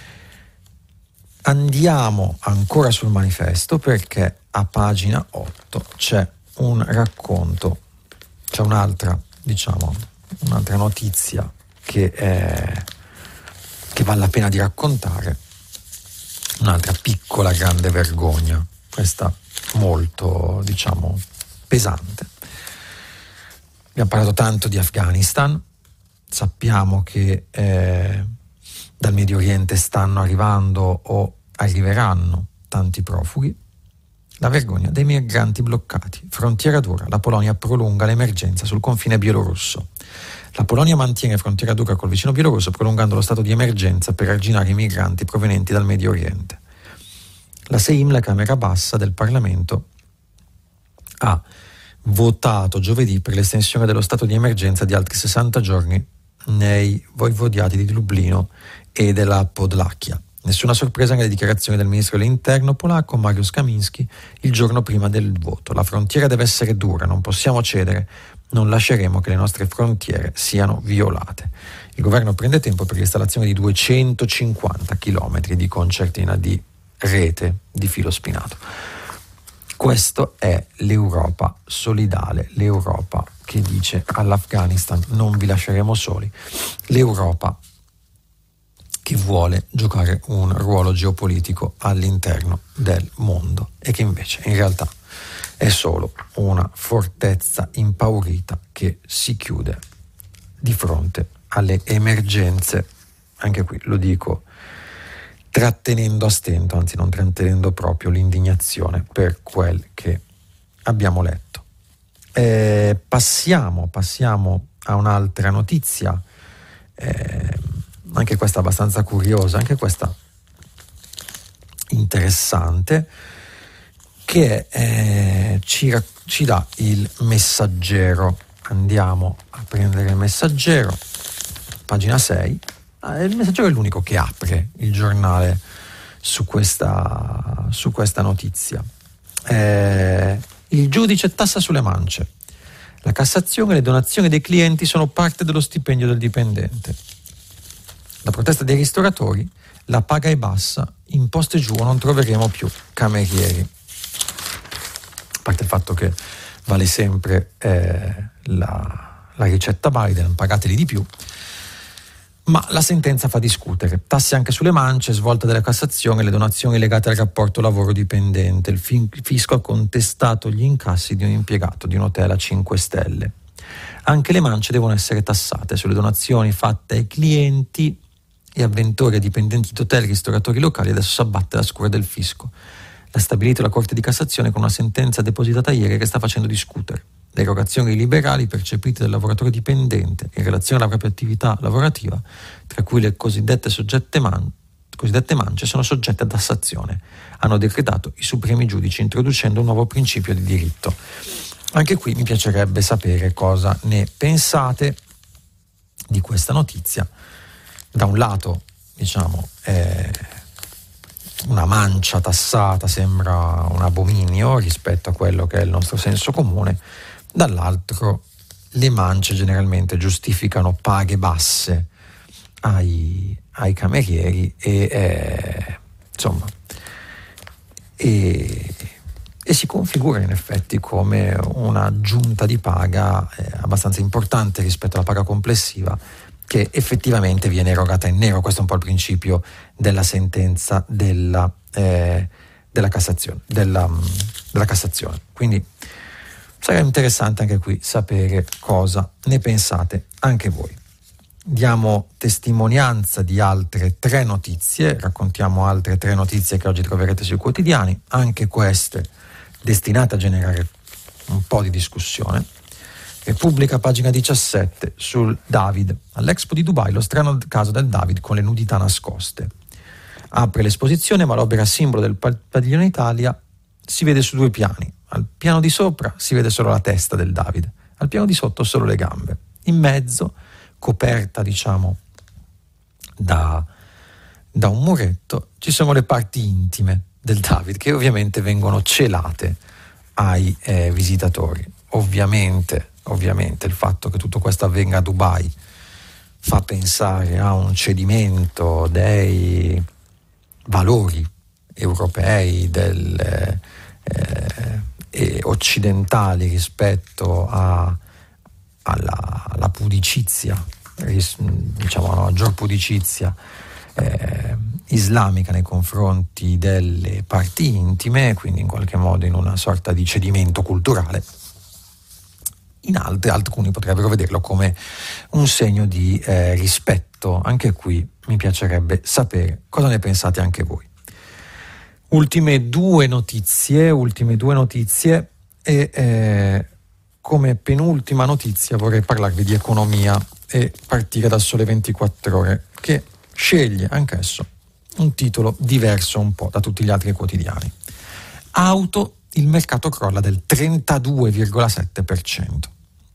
Andiamo ancora sul Manifesto, perché a pagina otto c'è un racconto, c'è un'altra, diciamo, un'altra notizia che, è, che vale la pena di raccontare, un'altra piccola grande vergogna, questa molto, diciamo, pesante. Abbiamo parlato tanto di Afghanistan, sappiamo che eh, dal Medio Oriente stanno arrivando o arriveranno tanti profughi. La vergogna dei migranti bloccati. Frontiera dura. La Polonia prolunga l'emergenza sul confine bielorusso. La Polonia mantiene frontiera dura col vicino bielorusso, prolungando lo stato di emergenza per arginare i migranti provenienti dal Medio Oriente. La Seim, la Camera Bassa del Parlamento, ha votato giovedì per l'estensione dello stato di emergenza di altri sessanta giorni nei voivodiati di Lublino e della Podlachia. Nessuna sorpresa nelle dichiarazioni del ministro dell'interno polacco Mariusz Kamiński il giorno prima del voto. La frontiera deve essere dura, non possiamo cedere, non lasceremo che le nostre frontiere siano violate. Il governo prende tempo per l'installazione di duecentocinquanta chilometri di concertina di rete di filo spinato. Questo è l'Europa solidale, l'Europa che dice all'Afghanistan non vi lasceremo soli, l'Europa che vuole giocare un ruolo geopolitico all'interno del mondo e che invece in realtà è solo una fortezza impaurita che si chiude di fronte alle emergenze, anche qui lo dico trattenendo a stento, anzi non trattenendo proprio l'indignazione per quel che abbiamo letto Eh, passiamo, passiamo a un'altra notizia, eh, anche questa abbastanza curiosa, anche questa interessante, che eh, ci, ci dà il Messaggero. Andiamo a prendere il Messaggero, pagina sei. Ah, il Messaggero è l'unico che apre il giornale su questa, su questa notizia. Eh, il giudice tassa sulle mance. La Cassazione e le donazioni dei clienti sono parte dello stipendio del dipendente. La protesta dei ristoratori, la paga è bassa, imposte giù o non troveremo più camerieri. A parte il fatto che vale sempre eh, la, la ricetta Biden, pagateli di più, ma la sentenza fa discutere. Tassi anche sulle mance, svolta della Cassazione, le donazioni legate al rapporto lavoro-dipendente. Il fisco ha contestato gli incassi di un impiegato di un hotel a cinque stelle. Anche le mance devono essere tassate. Sulle donazioni fatte ai clienti e avventori e dipendenti di hotel e ristoratori locali adesso si abbatte la scure del fisco. L'ha stabilito la Corte di Cassazione con una sentenza depositata ieri che sta facendo discutere. Le erogazioni liberali percepite dal lavoratore dipendente in relazione alla propria attività lavorativa, tra cui le cosiddette, soggette man- cosiddette mance, sono soggette a tassazione, hanno decretato i supremi giudici introducendo un nuovo principio di diritto. Anche qui mi piacerebbe sapere cosa ne pensate di questa notizia. Da un lato, diciamo, eh, una mancia tassata sembra un abominio rispetto a quello che è il nostro senso comune, dall'altro le mance generalmente giustificano paghe basse ai, ai camerieri e eh, insomma e, e si configura in effetti come un'aggiunta di paga eh, abbastanza importante rispetto alla paga complessiva che effettivamente viene erogata in nero. Questo è un po' il principio della sentenza della, eh, della Cassazione, della, della Cassazione. Quindi sarà interessante anche qui sapere cosa ne pensate anche voi. Diamo testimonianza di altre tre notizie, raccontiamo altre tre notizie che oggi troverete sui quotidiani, anche queste destinate a generare un po' di discussione. Repubblica, pagina diciassette, sul David. All'Expo di Dubai lo strano caso del David con le nudità nascoste. Apre l'esposizione, ma l'opera simbolo del Padiglione Italia si vede su due piani. Al piano di sopra si vede solo la testa del David, al piano di sotto solo le gambe. In mezzo, coperta diciamo da, da un muretto, ci sono le parti intime del David che ovviamente vengono celate ai eh, visitatori. Ovviamente, ovviamente il fatto che tutto questo avvenga a Dubai fa pensare a un cedimento dei valori europei, del eh, e occidentali rispetto a, alla, alla pudicizia, ris, diciamo una maggior pudicizia eh, islamica nei confronti delle parti intime, quindi in qualche modo in una sorta di cedimento culturale. In altri, alcuni potrebbero vederlo come un segno di eh, rispetto. Anche qui mi piacerebbe sapere cosa ne pensate anche voi. Ultime due notizie, ultime due notizie e eh, come penultima notizia vorrei parlarvi di economia e partire dal Sole ventiquattro Ore, che sceglie anch'esso un titolo diverso un po' da tutti gli altri quotidiani. Auto, il mercato crolla del trentadue virgola sette per cento.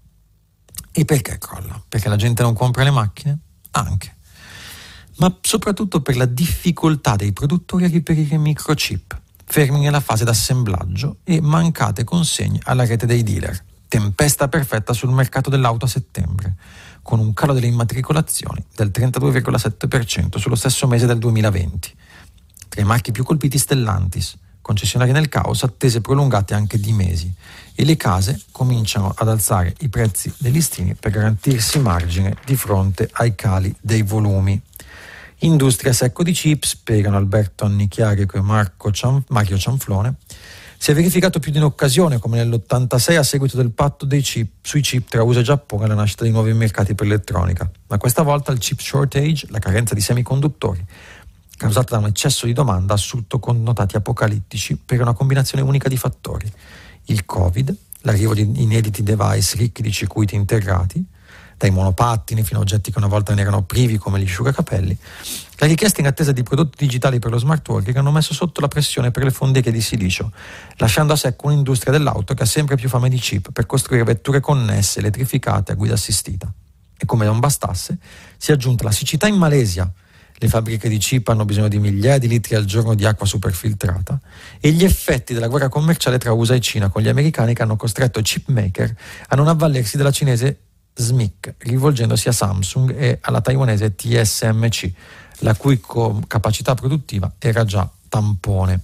E perché crolla? Perché la gente non compra le macchine? Anche. Ma soprattutto per la difficoltà dei produttori a reperire microchip, fermi nella fase d'assemblaggio e mancate consegne alla rete dei dealer. Tempesta perfetta sul mercato dell'auto a settembre, con un calo delle immatricolazioni del trentadue virgola sette per cento sullo stesso mese del duemilaventi. Tra i marchi più colpiti Stellantis, concessionarie nel caos, attese prolungate anche di mesi, e le case cominciano ad alzare i prezzi dei listini per garantirsi margine di fronte ai cali dei volumi. Industria secco di chip, spiegano Alberto Annichiarico e Marco Cian, Mario Cianflone. Si è verificato più di un'occasione, come nell'ottantasei a seguito del patto dei chip sui chip tra U S A e Giappone e la nascita di nuovi mercati per l'elettronica. Ma questa volta il chip shortage, la carenza di semiconduttori, causata da un eccesso di domanda, ha assunto connotati apocalittici per una combinazione unica di fattori: il Covid, l'arrivo di inediti device ricchi di circuiti integrati, dai monopattini fino a oggetti che una volta ne erano privi come gli asciugacapelli, la richiesta in attesa di prodotti digitali per lo smart working hanno messo sotto la pressione per le fondeghe di silicio, lasciando a secco un'industria dell'auto che ha sempre più fame di chip per costruire vetture connesse, elettrificate a guida assistita. E come non bastasse, si è aggiunta la siccità in Malesia. Le fabbriche di chip hanno bisogno di migliaia di litri al giorno di acqua superfiltrata e gli effetti della guerra commerciale tra U S A e Cina con gli americani che hanno costretto i chip maker a non avvalersi della cinese S M I C, rivolgendosi a Samsung e alla taiwanese T S M C, la cui co- capacità produttiva era già tampone.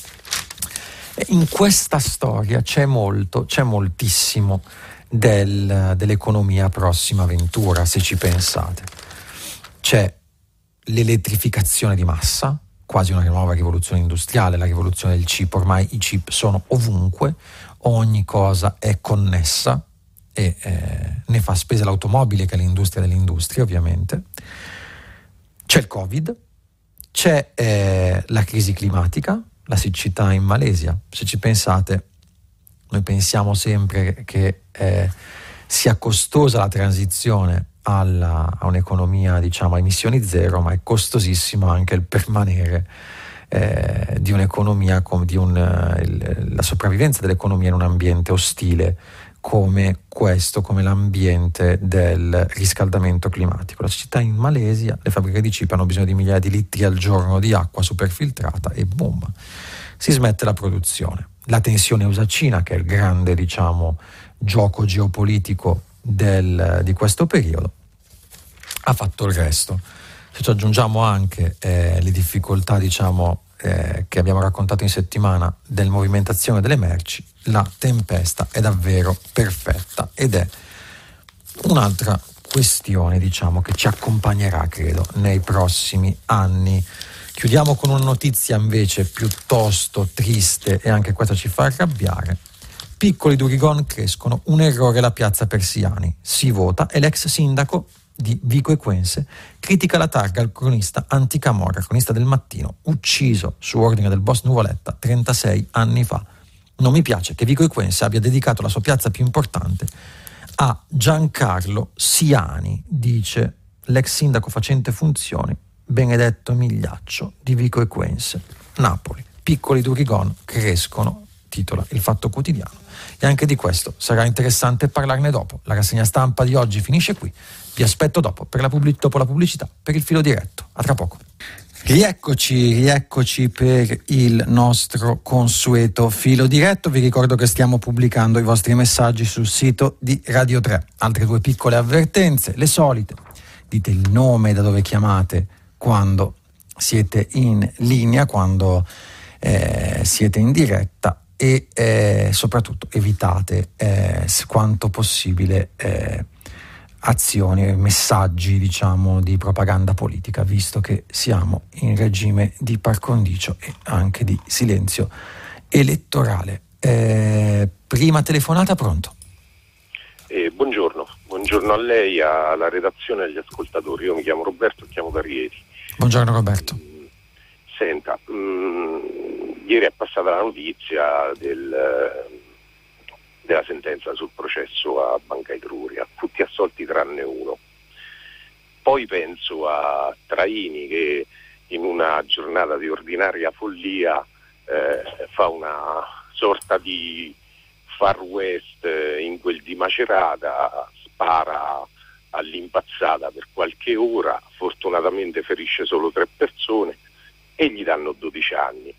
E in questa storia c'è molto, c'è moltissimo del, dell'economia prossima ventura, se ci pensate. C'è l'elettrificazione di massa, quasi una nuova rivoluzione industriale, la rivoluzione del chip. Ormai i chip sono ovunque, ogni cosa è connessa e eh, ne fa spesa l'automobile, che è l'industria dell'industria, ovviamente. C'è il Covid, c'è eh, la crisi climatica, la siccità in Malesia. Se ci pensate, noi pensiamo sempre che eh, sia costosa la transizione alla, a un'economia, diciamo, a emissioni zero, ma è costosissimo anche il permanere eh, di un'economia, com, di un, uh, il, la sopravvivenza dell'economia in un ambiente ostile come questo, come l'ambiente del riscaldamento climatico. La città in Malesia, le fabbriche di chip hanno bisogno di migliaia di litri al giorno di acqua superfiltrata e boom, si smette la produzione. La tensione U S A-Cina, che è il grande, diciamo, gioco geopolitico del, di questo periodo, ha fatto il resto. Se ci aggiungiamo anche eh, le difficoltà, diciamo, eh, che abbiamo raccontato in settimana del movimentazione delle merci, la tempesta è davvero perfetta ed è un'altra questione, diciamo, che ci accompagnerà, credo, nei prossimi anni. Chiudiamo con una notizia invece piuttosto triste, e anche questa ci fa arrabbiare. Piccoli Durigon crescono, un errore la piazza Persiani, si vota e l'ex sindaco di Vico Equense critica la targa al cronista anticamorra, cronista del Mattino, ucciso su ordine del boss Nuvoletta trentasei anni fa. Non mi piace che Vico Equense abbia dedicato la sua piazza più importante a Giancarlo Siani, dice l'ex sindaco facente funzioni Benedetto Migliaccio di Vico Equense, Napoli. Piccoli Durigon crescono, titola il Fatto Quotidiano. E anche di questo sarà interessante parlarne dopo. La rassegna stampa di oggi finisce qui. Vi aspetto dopo, per la pubblic- dopo la pubblicità, per il filo diretto. A tra poco. Rieccoci, rieccoci per il nostro consueto filo diretto. Vi ricordo che stiamo pubblicando i vostri messaggi sul sito di Radio tre. Altre due piccole avvertenze, le solite. Dite il nome, da dove chiamate, quando siete in linea, quando eh, siete in diretta, e eh, soprattutto evitate eh, quanto possibile eh, azioni, messaggi, diciamo, di propaganda politica, visto che siamo in regime di par condicio e anche di silenzio elettorale. Eh, prima telefonata, pronto? Eh, buongiorno, buongiorno a lei, alla redazione e agli ascoltatori. Io mi chiamo Roberto, chiamo da Rieti. Buongiorno Roberto. Mm, senta, mm, ieri è passata la notizia del, della sentenza sul processo a Banca Etruria, tutti assolti tranne uno. Poi penso a Traini che in una giornata di ordinaria follia eh, fa una sorta di Far West in quel di Macerata, spara all'impazzata per qualche ora, fortunatamente ferisce solo tre persone e gli danno dodici anni.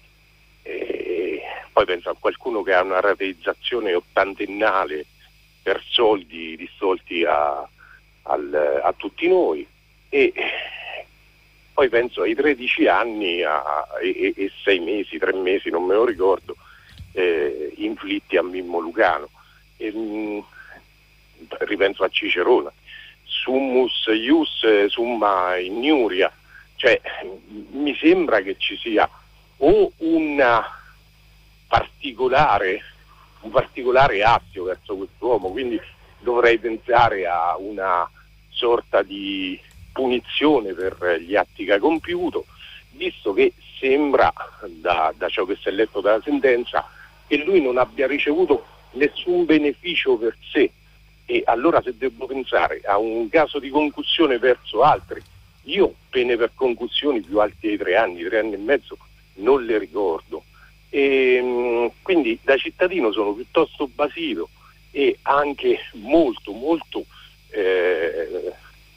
E poi penso a qualcuno che ha una rateizzazione ottantennale per soldi distolti a, al, a tutti noi, e poi penso ai tredici anni a, e, e sei mesi, tre mesi, non me lo ricordo, eh, inflitti a Mimmo Lucano. E, mh, ripenso a Cicerone, summus ius summa ignuria, cioè mi sembra che ci sia o una particolare un particolare astio verso quest'uomo, quindi dovrei pensare a una sorta di punizione per gli atti che ha compiuto, visto che sembra da, da ciò che si è letto dalla sentenza che lui non abbia ricevuto nessun beneficio per sé. E allora se devo pensare a un caso di concussione verso altri, io pene per concussioni più alte di tre anni, tre anni e mezzo, non le ricordo. E, quindi da cittadino sono piuttosto basito e anche molto molto eh,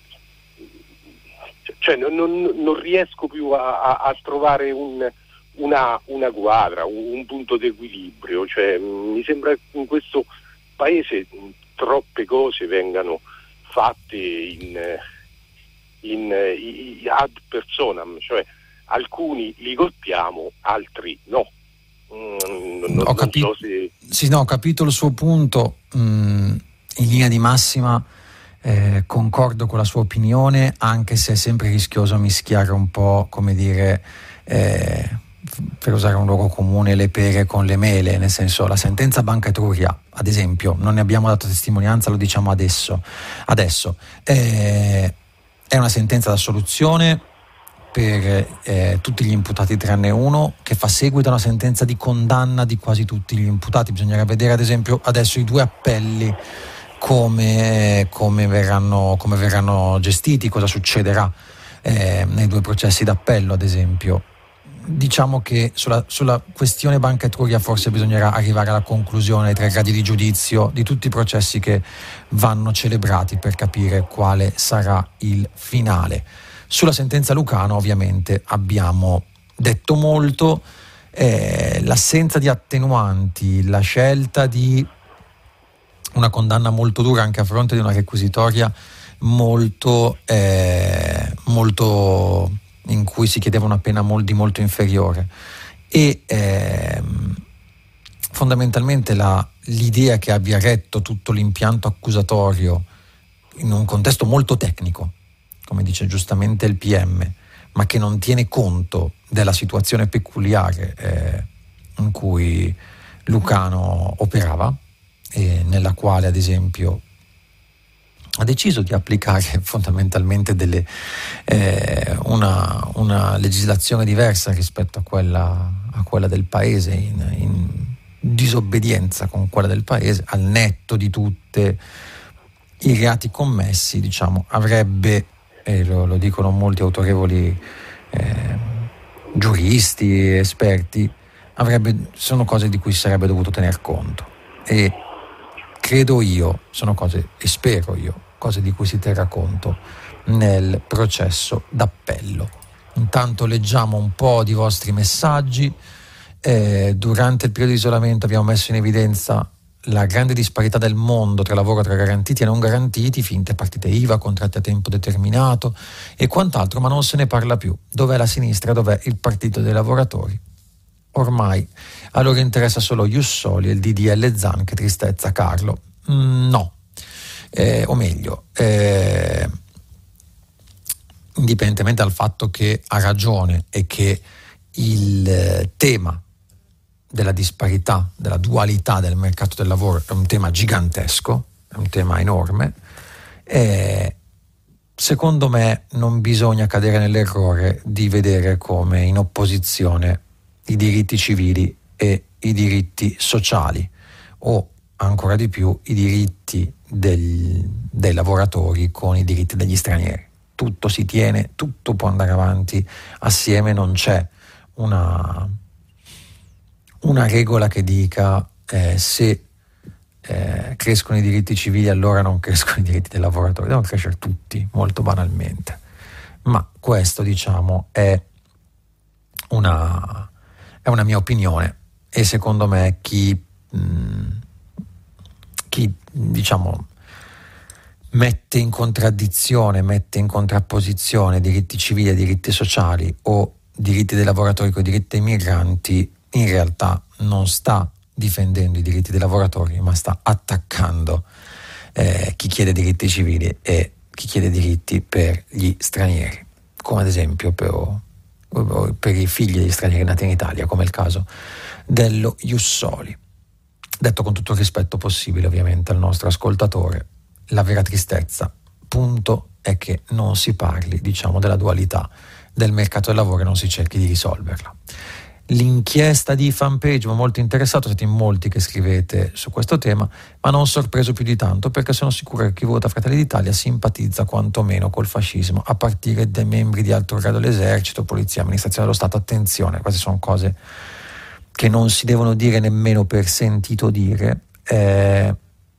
cioè non, non, non riesco più a, a, a trovare un, una, una quadra, un, un punto d'equilibrio, cioè mi sembra che in questo paese troppe cose vengano fatte in, in, in ad personam, cioè alcuni li colpiamo, altri no. Mm, non, ho capito, non so se... sì, no, ho capito il suo punto, mm, in linea di massima eh, concordo con la sua opinione, anche se è sempre rischioso mischiare un po', come dire, eh, per usare un luogo comune, le pere con le mele, nel senso, la sentenza Banca Etruria, ad esempio, non ne abbiamo dato testimonianza, lo diciamo adesso, adesso eh, è una sentenza d'assoluzione per eh, tutti gli imputati tranne uno, che fa seguito a una sentenza di condanna di quasi tutti gli imputati. Bisognerà vedere ad esempio adesso i due appelli come, come, verranno, come verranno gestiti, cosa succederà eh, nei due processi d'appello ad esempio. Diciamo che sulla, sulla questione Banca Etruria forse bisognerà arrivare alla conclusione ai tre gradi di giudizio di tutti i processi che vanno celebrati per capire quale sarà il finale. Sulla sentenza Lucano ovviamente abbiamo detto molto, eh, l'assenza di attenuanti, la scelta di una condanna molto dura anche a fronte di una requisitoria molto, eh, molto in cui si chiedeva una pena molto, di molto inferiore e eh, fondamentalmente la, l'idea che abbia retto tutto l'impianto accusatorio in un contesto molto tecnico, come dice giustamente il P M, ma che non tiene conto della situazione peculiare eh, in cui Lucano operava e nella quale ad esempio ha deciso di applicare fondamentalmente delle, eh, una, una legislazione diversa rispetto a quella, a quella del paese, in, in disobbedienza con quella del paese, al netto di tutti i reati commessi, diciamo, avrebbe, e lo, lo dicono molti autorevoli eh, giuristi, esperti, avrebbe, sono cose di cui si sarebbe dovuto tener conto e credo io, sono cose, e spero io, cose di cui si terrà conto nel processo d'appello. Intanto leggiamo un po' di vostri messaggi. Eh, durante il periodo di isolamento abbiamo messo in evidenza la grande disparità del mondo tra lavoro tra garantiti e non garantiti, finte partite I V A, contratti a tempo determinato e quant'altro, ma non se ne parla più. Dov'è la sinistra? Dov'è il partito dei lavoratori? Ormai a loro interessa solo Ius Soli e il D D L Zan. Che tristezza, Carlo. Mm, no, eh, o meglio, eh, indipendentemente dal fatto che ha ragione e che il eh, tema della disparità, della dualità del mercato del lavoro è un tema gigantesco, è un tema enorme, e secondo me non bisogna cadere nell'errore di vedere come in opposizione i diritti civili e i diritti sociali o ancora di più i diritti del, dei lavoratori con i diritti degli stranieri. Tutto si tiene, tutto può andare avanti assieme, non c'è una, una regola che dica eh, se eh, crescono i diritti civili allora non crescono i diritti dei lavoratori, devono crescere tutti, molto banalmente. Ma questo, diciamo, è una, è una mia opinione e secondo me chi, mh, chi diciamo mette in contraddizione, mette in contrapposizione diritti civili e diritti sociali o diritti dei lavoratori con i diritti dei migranti, in realtà non sta difendendo i diritti dei lavoratori, ma sta attaccando eh, chi chiede diritti civili e chi chiede diritti per gli stranieri, come ad esempio per, per i figli degli stranieri nati in Italia, come il caso dello Ius Soli. Detto con tutto il rispetto possibile ovviamente al nostro ascoltatore, la vera tristezza, punto, è che non si parli, diciamo, della dualità del mercato del lavoro e non si cerchi di risolverla. l'inchiesta di Fanpage, ma molto interessato, siete in molti che scrivete su questo tema, ma non sorpreso più di tanto, perché sono sicuro che chi vota Fratelli d'Italia simpatizza quantomeno col fascismo, a partire dai membri di alto grado dell'esercito, polizia, amministrazione dello Stato. Attenzione, queste sono cose che non si devono dire nemmeno per sentito dire, eh,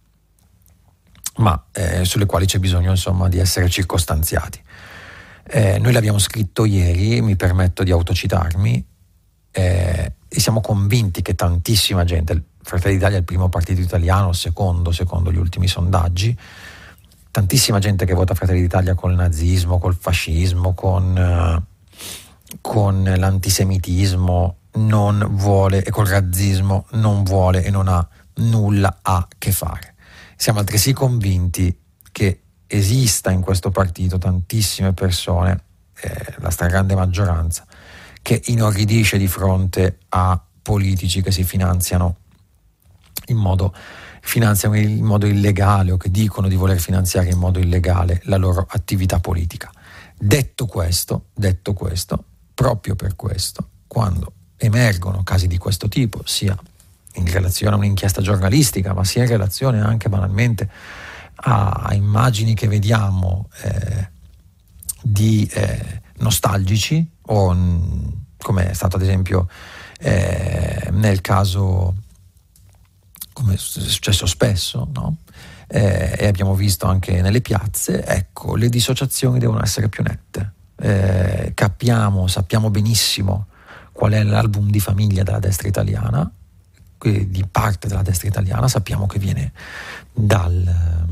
ma eh, sulle quali c'è bisogno, insomma, di essere circostanziati. Eh, noi l'abbiamo scritto ieri, mi permetto di autocitarmi, eh, e siamo convinti che tantissima gente, Fratelli d'Italia è il primo partito italiano, secondo, secondo gli ultimi sondaggi, tantissima gente che vota Fratelli d'Italia col nazismo, col fascismo, con, eh, con l'antisemitismo, non vuole, e col razzismo non vuole e non ha nulla a che fare. Siamo altresì convinti che esista in questo partito tantissime persone, eh, la stragrande maggioranza, che inorridisce di fronte a politici che si finanziano in modo, finanziano in modo illegale, o che dicono di voler finanziare in modo illegale la loro attività politica. Detto questo, detto questo, proprio per questo, quando emergono casi di questo tipo, sia in relazione a un'inchiesta giornalistica, ma sia in relazione anche banalmente a, a immagini che vediamo eh, di eh, nostalgici, o n, come è stato ad esempio eh, nel caso, come è successo spesso, no? Eh, e abbiamo visto anche nelle piazze, ecco, le dissociazioni devono essere più nette. Eh, capiamo, sappiamo benissimo qual è l'album di famiglia della destra italiana, di parte della destra italiana, sappiamo che viene dal,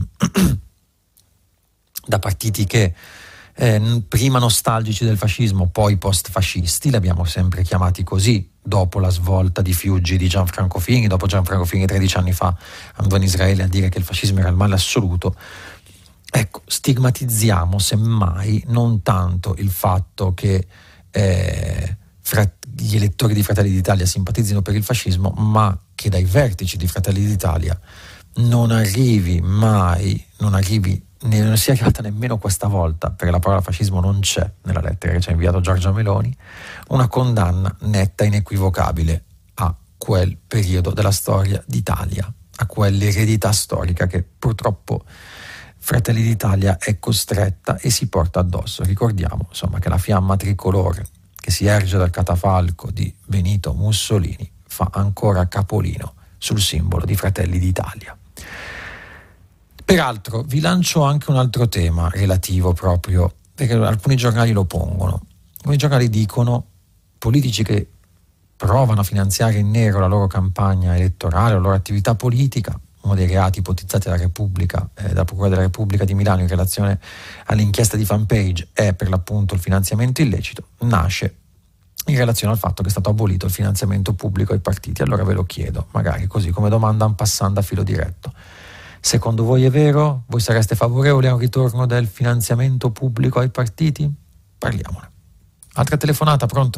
da partiti che eh, prima nostalgici del fascismo, poi post-fascisti, li abbiamo sempre chiamati così, dopo la svolta di Fiuggi di Gianfranco Fini, dopo Gianfranco Fini tredici anni fa andò in Israele a dire che il fascismo era il male assoluto. Ecco, stigmatizziamo semmai non tanto il fatto che eh, fra gli elettori di Fratelli d'Italia simpatizzino per il fascismo, ma che dai vertici di Fratelli d'Italia non arrivi mai, non arrivi, non sia arrivata nemmeno questa volta, perché la parola fascismo non c'è nella lettera che ci ha inviato Giorgia Meloni, una condanna netta e inequivocabile a quel periodo della storia d'Italia, a quell'eredità storica che purtroppo Fratelli d'Italia è costretta e si porta addosso. Ricordiamo, insomma, che la fiamma tricolore che si erge dal catafalco di Benito Mussolini fa ancora capolino sul simbolo di Fratelli d'Italia. Peraltro vi lancio anche un altro tema relativo proprio, perché alcuni giornali lo pongono. Alcuni giornali dicono: politici che provano a finanziare in nero la loro campagna elettorale, la loro attività politica. Uno dei reati ipotizzati dalla Repubblica, eh, dalla Procura della Repubblica di Milano in relazione all'inchiesta di Fanpage è per l'appunto il finanziamento illecito, nasce in relazione al fatto che è stato abolito il finanziamento pubblico ai partiti. Allora ve lo chiedo, magari così come domanda en passant a filo diretto: secondo voi è vero? Voi sareste favorevoli a un ritorno del finanziamento pubblico ai partiti? Parliamone. Altra telefonata, pronto?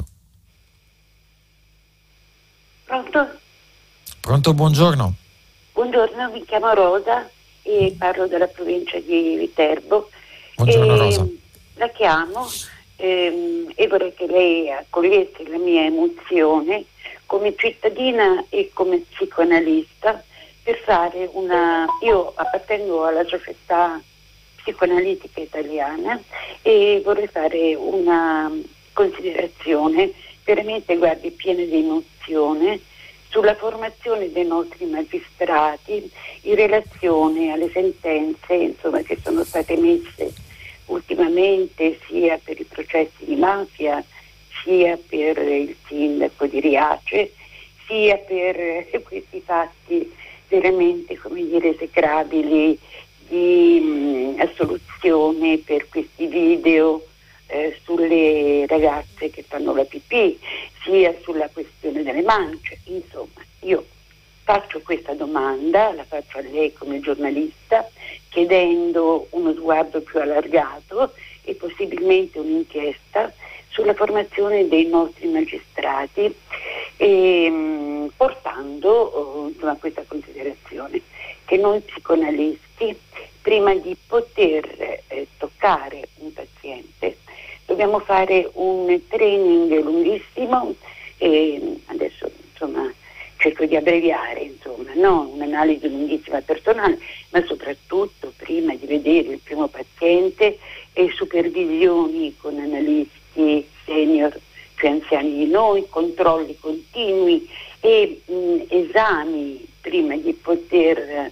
Pronto? Pronto, buongiorno. Buongiorno, mi chiamo Rosa e parlo dalla provincia di Viterbo. Buongiorno e Rosa. La chiamo ehm, e vorrei che lei accogliesse la mia emozione come cittadina e come psicoanalista per fare una... Io appartengo alla società psicoanalitica italiana e vorrei fare una considerazione veramente, guardi, piena di emozione sulla formazione dei nostri magistrati in relazione alle sentenze, insomma, che sono state messe ultimamente sia per i processi di mafia, sia per il sindaco di Riace, sia per questi fatti veramente, come dire, esecrabili di mh, assoluzione per questi video eh, sulle ragazze che fanno la pipì, sia sulla questione delle mance. Insomma, io faccio questa domanda, la faccio a lei come giornalista, chiedendo uno sguardo più allargato e possibilmente un'inchiesta sulla formazione dei nostri magistrati, e, mh, portando oh, insomma, questa considerazione, che noi psicoanalisti, prima di poter eh, toccare un paziente, dobbiamo fare un training lunghissimo E adesso insomma cerco di abbreviare, insomma, no? Un'analisi lunghissima personale, ma soprattutto prima di vedere il primo paziente e supervisioni con analisti senior più anziani di noi, controlli continui e mh, esami prima di poter,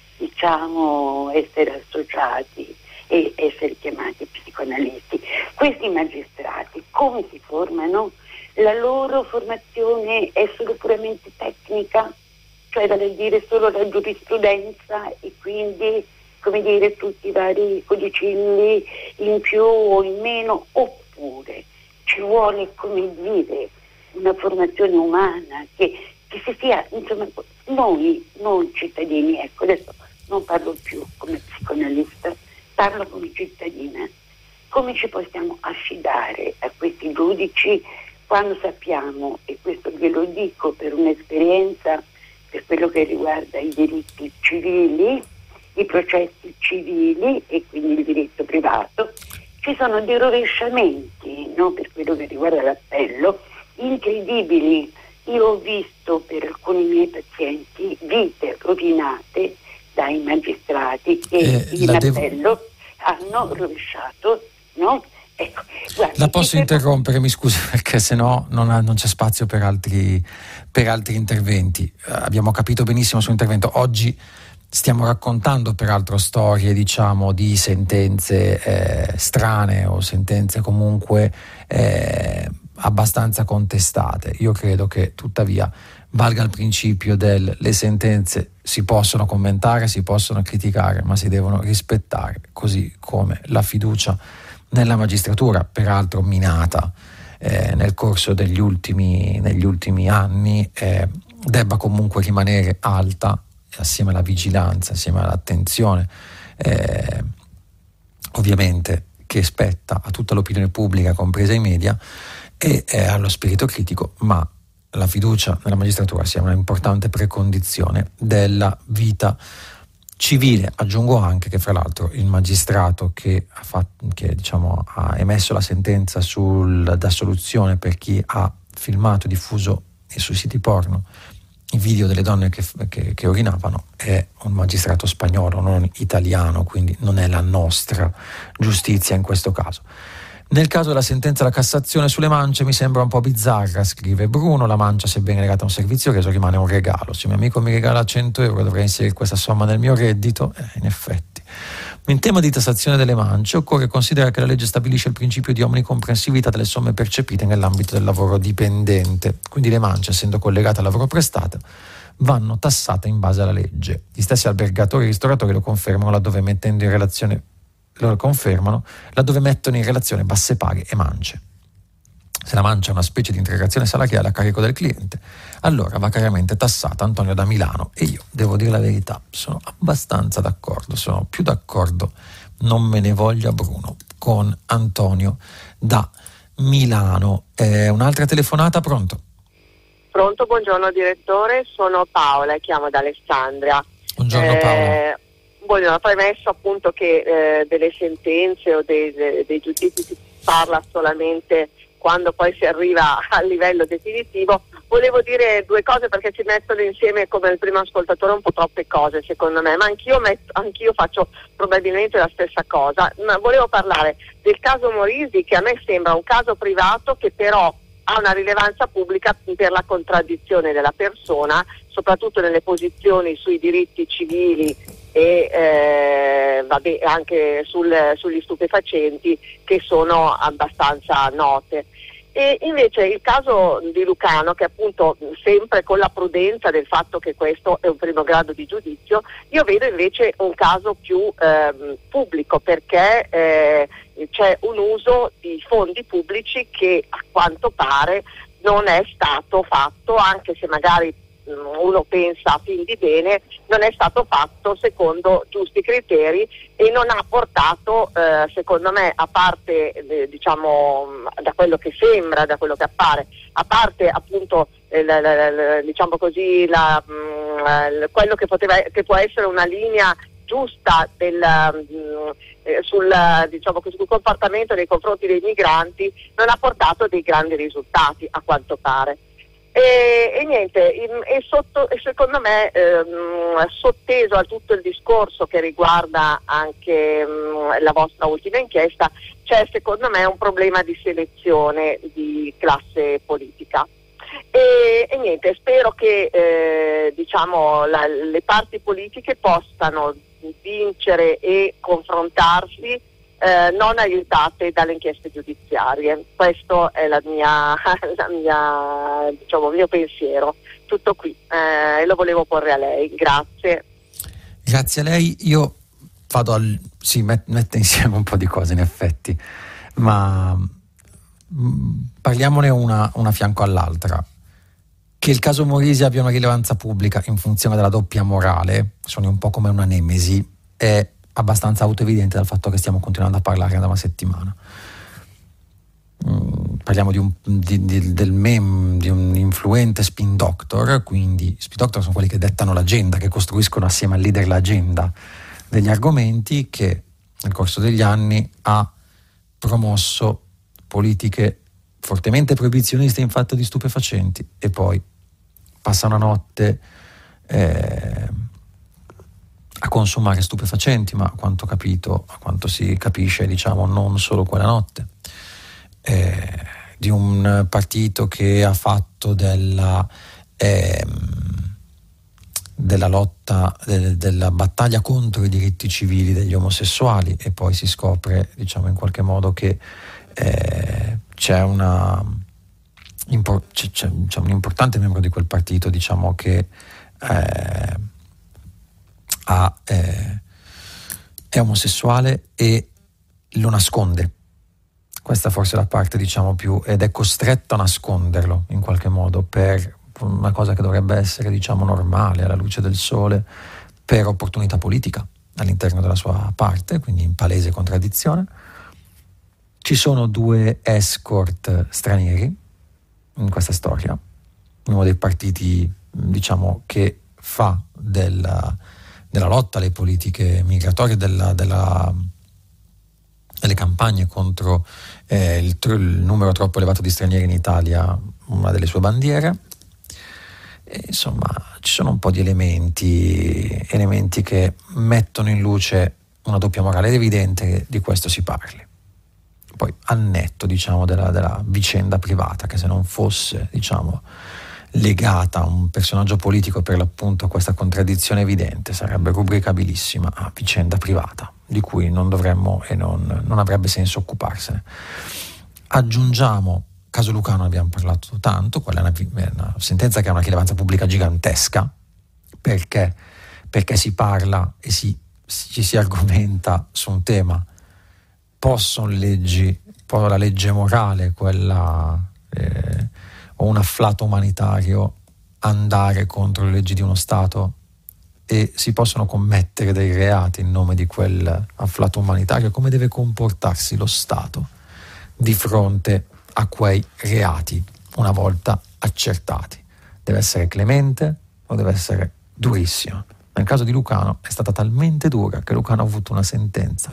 diciamo, essere associati e essere chiamati psicoanalisti. Questi magistrati come si formano? La loro formazione è solo puramente tecnica, cioè vale a dire solo la giurisprudenza e quindi, come dire, tutti i vari codicilli in più o in meno, oppure ci vuole, come dire, una formazione umana che, che si sia, insomma, noi, noi cittadini, ecco, adesso non parlo più come psicoanalista, parlo come cittadina, come ci possiamo affidare a questi giudici quando sappiamo, e questo ve lo dico per un'esperienza per quello che riguarda i diritti civili, i processi civili e quindi il diritto privato, ci sono dei rovesciamenti, no, per quello che riguarda l'appello, incredibili. Io ho visto per alcuni miei pazienti vite rovinate dai magistrati che eh, in appello devo... hanno rovesciato, no? Ecco, guardi, la posso interrompere, mi scusi, perché sennò non, ha, non c'è spazio per altri, per altri interventi. Uh, abbiamo capito benissimo il suo intervento. Oggi stiamo raccontando peraltro storie, diciamo, di sentenze eh, strane o sentenze comunque eh, abbastanza contestate. Io credo che tuttavia valga il principio del le sentenze si possono commentare, si possono criticare, ma si devono rispettare, così come la fiducia nella magistratura, peraltro minata eh, nel corso degli ultimi, negli ultimi anni, eh, debba comunque rimanere alta, assieme alla vigilanza, assieme all'attenzione eh, ovviamente che spetta a tutta l'opinione pubblica, compresa i media, e eh, allo spirito critico, ma la fiducia nella magistratura sia una importante precondizione della vita civile. Aggiungo anche che fra l'altro il magistrato che ha, fatto, che, diciamo, ha emesso la sentenza d'assoluzione per chi ha filmato e diffuso sui siti porno i video delle donne che, che, che urinavano è un magistrato spagnolo, non italiano, quindi non è la nostra giustizia in questo caso. Nel caso della sentenza della Cassazione sulle mance mi sembra un po' bizzarra, scrive Bruno. La mancia, sebbene legata a un servizio reso, rimane un regalo. Se mio amico mi regala cento euro dovrei inserire questa somma nel mio reddito? Eh, in effetti. In tema di tassazione delle mance occorre considerare che la legge stabilisce il principio di omnicomprensività delle somme percepite nell'ambito del lavoro dipendente, quindi le mance, essendo collegate al lavoro prestato, vanno tassate in base alla legge. Gli stessi albergatori e ristoratori lo confermano laddove mettendo in relazione lo confermano laddove mettono in relazione basse paghe e mance. Se la mancia è una specie di integrazione salariale a carico del cliente, allora va chiaramente tassata. Antonio da Milano. E io devo dire la verità, sono abbastanza d'accordo, sono più d'accordo, non me ne voglia Bruno, con Antonio da Milano. Eh, un'altra telefonata, pronto? Pronto, buongiorno direttore, sono Paola e chiamo da Alessandria. Buongiorno eh, Paola. Voglio premesso appunto che eh, delle sentenze o dei, dei giudizi si parla solamente quando poi si arriva al livello definitivo. Volevo dire due cose perché ci mettono insieme, come il primo ascoltatore, un po' troppe cose secondo me, ma anch'io, metto, anch'io faccio probabilmente la stessa cosa. Ma volevo parlare del caso Morisi, che a me sembra un caso privato che però ha una rilevanza pubblica per la contraddizione della persona, soprattutto nelle posizioni sui diritti civili e eh, vabbè, anche sul, sugli stupefacenti, che sono abbastanza note. E invece il caso di Lucano, che appunto sempre con la prudenza del fatto che questo è un primo grado di giudizio, io vedo invece un caso più eh, pubblico, perché eh, c'è un uso di fondi pubblici che a quanto pare non è stato fatto, anche se magari uno pensa a fin di bene, non è stato fatto secondo giusti criteri e non ha portato, eh, secondo me, a parte eh, diciamo da quello che sembra, da quello che appare, a parte appunto eh, la, la, la, diciamo così la, mh, quello che poteva che può essere una linea giusta del, mh, eh, sul, diciamo così, sul comportamento nei confronti dei migranti, non ha portato dei grandi risultati a quanto pare. E, e niente, e, sotto, e secondo me ehm, sotteso a tutto il discorso che riguarda anche mh, la vostra ultima inchiesta, c'è secondo me un problema di selezione di classe politica. E, e niente, spero che eh, diciamo la, le parti politiche possano vincere e confrontarsi Eh, non aiutate dalle inchieste giudiziarie. Questo è la mia, la mia diciamo, mio pensiero. Tutto qui, eh, e lo volevo porre a lei. Grazie. Grazie a lei. Io vado al... sì, met, mette insieme un po' di cose in effetti, ma mh, parliamone una, una a fianco all'altra. Che il caso Morisi abbia una rilevanza pubblica in funzione della doppia morale, suoni un po' come una nemesi, è abbastanza autoevidente dal fatto che stiamo continuando a parlare da una settimana. Mm, parliamo di un, di, di, del meme di un influente spin doctor, quindi spin doctor sono quelli che dettano l'agenda, che costruiscono assieme al leader l'agenda degli argomenti, che nel corso degli anni ha promosso politiche fortemente proibizioniste in fatto di stupefacenti e poi passa una notte eh, a consumare stupefacenti, ma a quanto ho capito, a quanto si capisce, diciamo, non solo quella notte, eh, di un partito che ha fatto della, eh, della lotta, de, della battaglia contro i diritti civili degli omosessuali, e poi si scopre, diciamo, in qualche modo che eh, c'è una impor- c'è, c'è, c'è un importante membro di quel partito, diciamo, che eh, Ha, eh, è omosessuale e lo nasconde. Questa forse è la parte, diciamo, più, ed è costretto a nasconderlo in qualche modo per una cosa che dovrebbe essere, diciamo, normale alla luce del sole, per opportunità politica all'interno della sua parte, quindi in palese contraddizione. Ci sono due escort stranieri in questa storia, uno dei partiti, diciamo, che fa della della lotta alle politiche migratorie, della, della, delle campagne contro eh, il, il numero troppo elevato di stranieri in Italia, una delle sue bandiere. E, insomma, ci sono un po' di elementi, elementi che mettono in luce una doppia morale, ed è evidente che di questo si parli. Poi, al netto, diciamo, della, della vicenda privata, che se non fosse, diciamo, legata a un personaggio politico, per l'appunto, questa contraddizione evidente sarebbe rubricabilissima a vicenda privata, di cui non dovremmo e non, non avrebbe senso occuparsene. Aggiungiamo caso Lucano, ne abbiamo parlato tanto, quella è una, è una sentenza che ha una rilevanza pubblica gigantesca, perché, perché si parla e si, si, si argomenta su un tema. Possono leggi, poi la legge morale, quella eh, o un afflato umanitario, andare contro le leggi di uno Stato, e si possono commettere dei reati in nome di quel afflato umanitario? Come deve comportarsi lo Stato di fronte a quei reati una volta accertati? Deve essere clemente o deve essere durissimo? Nel caso di Lucano è stata talmente dura che Lucano ha avuto una sentenza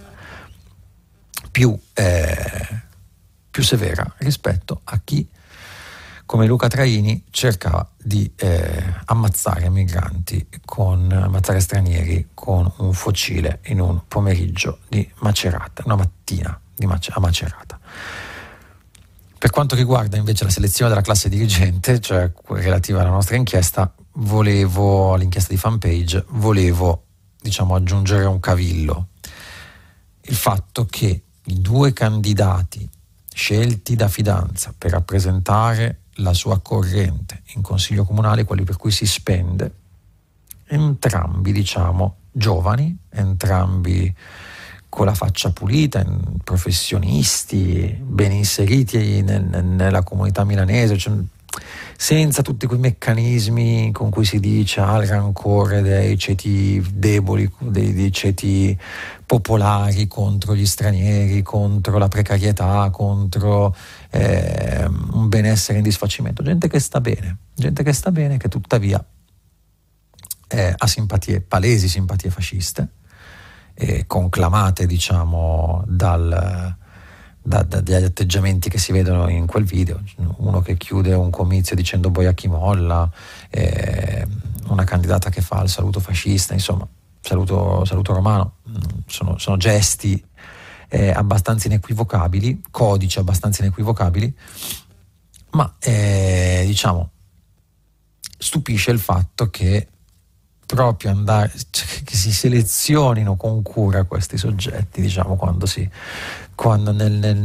più, eh, più severa rispetto a chi, come Luca Traini, cercava di eh, ammazzare migranti, con ammazzare stranieri con un fucile in un pomeriggio di Macerata, una mattina di Mace- a Macerata. Per quanto riguarda invece la selezione della classe dirigente, cioè relativa alla nostra inchiesta, volevo, all'inchiesta di Fanpage, volevo, diciamo, aggiungere un cavillo. Il fatto che i due candidati scelti da Fidanza per rappresentare la sua corrente in consiglio comunale, quelli per cui si spende, entrambi, diciamo, giovani, entrambi con la faccia pulita, professionisti, ben inseriti nel, nella comunità milanese, cioè, senza tutti quei meccanismi con cui si dice ah, il rancore dei ceti deboli, dei, dei ceti popolari contro gli stranieri, contro la precarietà, contro eh, un benessere in disfacimento. Gente che sta bene, gente che sta bene, che tuttavia eh, ha simpatie, palesi simpatie fasciste, eh, conclamate, diciamo, dal, da, da, dagli atteggiamenti che si vedono in quel video, uno che chiude un comizio dicendo boia chi molla, eh, una candidata che fa il saluto fascista, insomma saluto, saluto romano, sono, sono gesti eh, abbastanza inequivocabili, codici abbastanza inequivocabili, ma eh, diciamo stupisce il fatto che proprio andare, cioè, che si selezionino con cura questi soggetti, diciamo, quando si quando nel, nel,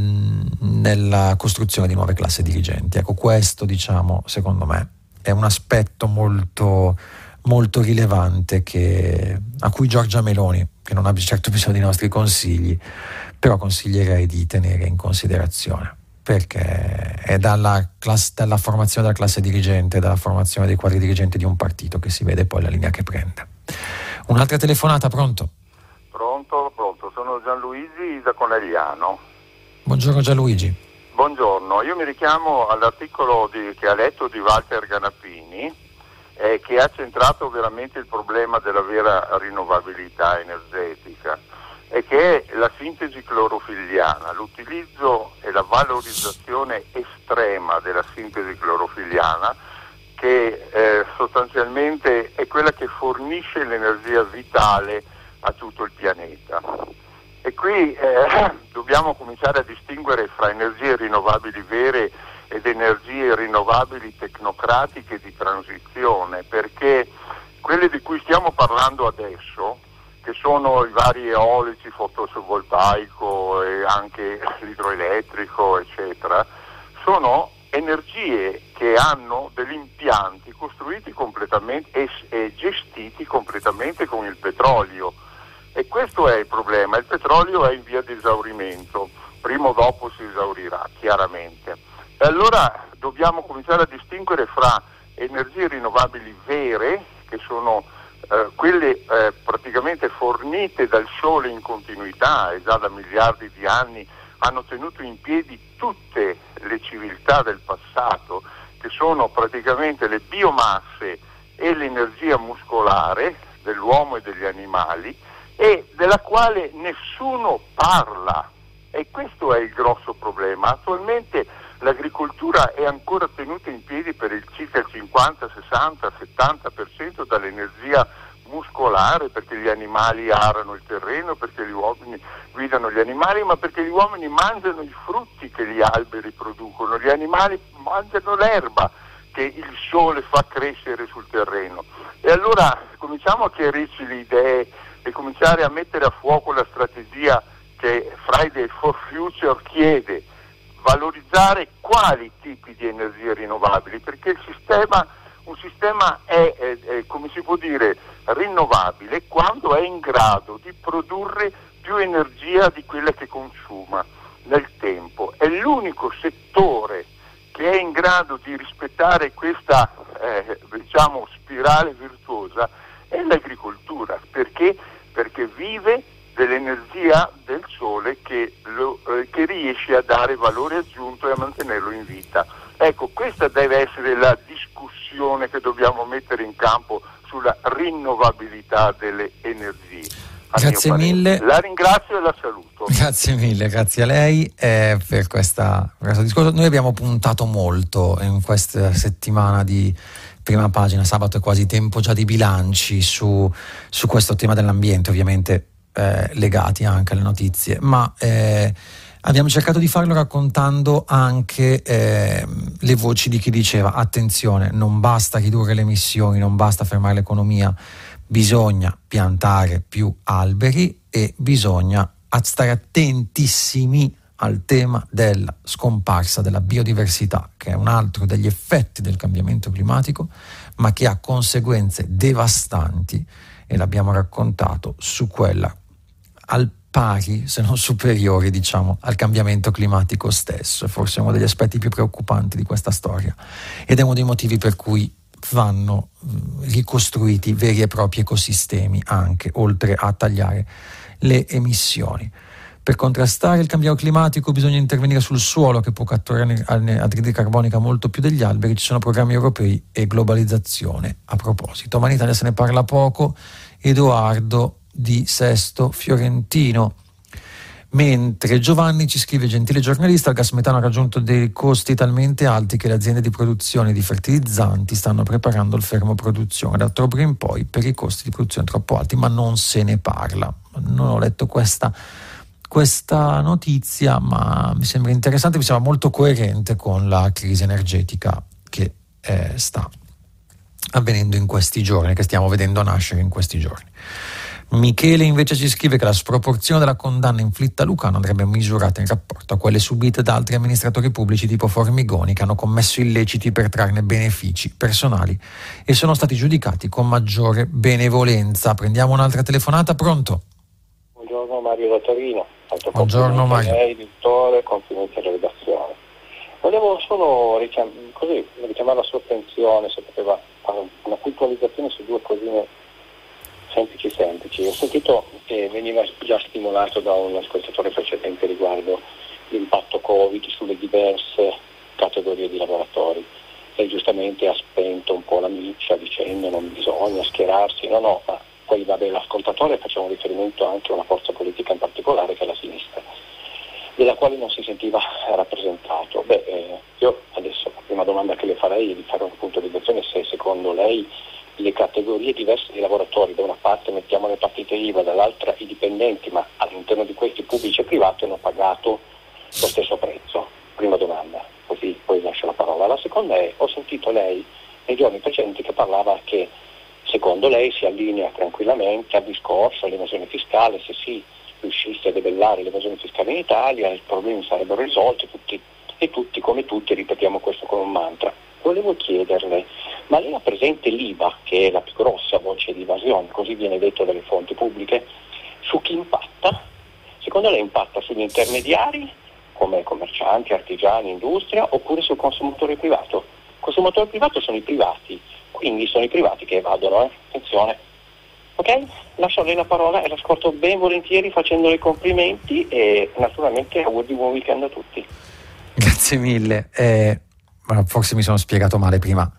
nella costruzione di nuove classi dirigenti. Ecco, questo, diciamo, secondo me è un aspetto molto molto rilevante che, a cui Giorgia Meloni, che non ha certo bisogno dei nostri consigli, però consiglierei di tenere in considerazione, perché è dalla, classe, dalla formazione della classe dirigente, dalla formazione dei quadri dirigenti di un partito che si vede poi la linea che prende. Un'altra telefonata, pronto? Pronto, pronto, sono Gianluigi da Conegliano. Buongiorno Gianluigi. Buongiorno, io mi richiamo all'articolo di, che ha letto di Walter Ganappini, eh, che ha centrato veramente il problema della vera rinnovabilità energetica, e che è la sintesi clorofilliana, l'utilizzo e la valorizzazione estrema della sintesi clorofilliana, che eh, sostanzialmente è quella che fornisce l'energia vitale a tutto il pianeta. E qui eh, dobbiamo cominciare a distinguere fra energie rinnovabili vere ed energie rinnovabili tecnocratiche di transizione, perché quelle di cui stiamo parlando adesso, che sono i vari eolici, fotovoltaico e anche l'idroelettrico, eccetera, sono energie che hanno degli impianti costruiti completamente e, e gestiti completamente con il petrolio. E questo è il problema, il petrolio è in via di esaurimento, prima o dopo si esaurirà, chiaramente. E allora dobbiamo cominciare a distinguere fra energie rinnovabili vere, che sono eh, quelle eh, praticamente fornite dal sole in continuità e già da miliardi di anni hanno tenuto in piedi tutte le civiltà del passato, che sono praticamente le biomasse e l'energia muscolare dell'uomo e degli animali, e della quale nessuno parla. E questo è il grosso problema. Attualmente l'agricoltura è ancora tenuta in piedi per il circa il cinquanta, sessanta, settanta per cento dall'energia muscolare, perché gli animali arano il terreno, perché gli uomini guidano gli animali, ma perché gli uomini mangiano i frutti che gli alberi producono, gli animali mangiano l'erba che il sole fa crescere sul terreno. E allora cominciamo a chiarirci le idee e cominciare a mettere a fuoco la strategia che Friday for Future chiede: valorizzare quali tipi di energie rinnovabili, perché il sistema, un sistema è, è, è, come si può dire, rinnovabile quando è in grado di produrre più energia di quella che consuma nel tempo. È l'unico settore che è in grado di rispettare questa eh, diciamo spirale virtuosa è l'agricoltura. Perché? Perché vive dell'energia del sole che, lo, eh, che riesce a dare valore aggiunto e a mantenerlo in vita. Ecco, questa deve essere la discussione che dobbiamo mettere in campo sulla rinnovabilità delle energie. Grazie mille. La ringrazio e la saluto. Grazie mille, grazie a lei eh, per, questa, per questo discorso. Noi abbiamo puntato molto in questa settimana di Prima Pagina, sabato è quasi tempo già di bilanci su, su questo tema dell'ambiente, ovviamente eh, legati anche alle notizie, ma eh, abbiamo cercato di farlo raccontando anche eh, le voci di chi diceva: attenzione, non basta ridurre le emissioni, non basta fermare l'economia, bisogna piantare più alberi e bisogna stare attentissimi al tema della scomparsa della biodiversità, che è un altro degli effetti del cambiamento climatico, ma che ha conseguenze devastanti, e l'abbiamo raccontato, su quella al pari, se non superiori, diciamo, al cambiamento climatico stesso. È forse uno degli aspetti più preoccupanti di questa storia, ed è uno dei motivi per cui vanno ricostruiti veri e propri ecosistemi, anche oltre a tagliare le emissioni. Per contrastare il cambiamento climatico bisogna intervenire sul suolo, che può catturare anidride carbonica molto più degli alberi. Ci sono programmi europei e globalizzazione a proposito, ma in Italia se ne parla poco. Edoardo di Sesto Fiorentino: Mentre Giovanni ci scrive: gentile giornalista, il gas metano ha raggiunto dei costi talmente alti che le aziende di produzione di fertilizzanti stanno preparando il fermo produzione da ottobre in poi per i costi di produzione troppo alti, ma non se ne parla. Non ho letto questa, questa notizia, ma mi sembra interessante, mi sembra molto coerente con la crisi energetica che eh, sta avvenendo in questi giorni, che stiamo vedendo nascere in questi giorni. Michele invece ci scrive che la sproporzione della condanna inflitta a Lucano andrebbe misurata in rapporto a quelle subite da altri amministratori pubblici tipo Formigoni, che hanno commesso illeciti per trarne benefici personali e sono stati giudicati con maggiore benevolenza. Prendiamo un'altra telefonata. Pronto? Buongiorno, Mario da Torino. Tanto Buongiorno Mario. Lei, editore, complimenti alla redazione. Volevo solo richiam- così, richiamare la sua attenzione, se poteva fare una puntualizzazione su due cosine semplici semplici. Ho sentito che veniva già stimolato da un ascoltatore precedente riguardo l'impatto Covid sulle diverse categorie di lavoratori. Lei giustamente ha spento un po' la miccia dicendo non bisogna schierarsi, no no, ma poi vabbè, l'ascoltatore faceva un riferimento anche a una forza politica in particolare che è la sinistra, della quale non si sentiva rappresentato. Beh, eh, io adesso la prima domanda che le farei è di fare una puntualizzazione se secondo lei le categorie diverse di lavoratori, da una parte mettiamo le partite I V A, dall'altra i dipendenti, ma all'interno di questi pubblici e privati hanno pagato lo stesso prezzo. Prima domanda, così poi lascio la parola. La seconda è, ho sentito lei nei giorni precedenti che parlava che secondo lei si allinea tranquillamente al discorso all'evasione fiscale, se si riuscisse a debellare l'evasione fiscale in Italia i problemi sarebbero risolti, tutti, e tutti come tutti ripetiamo questo come un mantra. Volevo chiederle, ma lei ha presente l'I V A, che è la più grossa voce di evasione, così viene detto dalle fonti pubbliche, su chi impatta? Secondo lei impatta sugli intermediari, come commercianti, artigiani, industria, oppure sul consumatore privato? Il consumatore privato sono i privati, quindi sono i privati che evadono, eh? Attenzione. Ok? Lascio a lei la parola e l'ascolto ben volentieri facendole i complimenti e naturalmente auguri di buon weekend a tutti. Grazie mille. Eh... Forse mi sono spiegato male prima.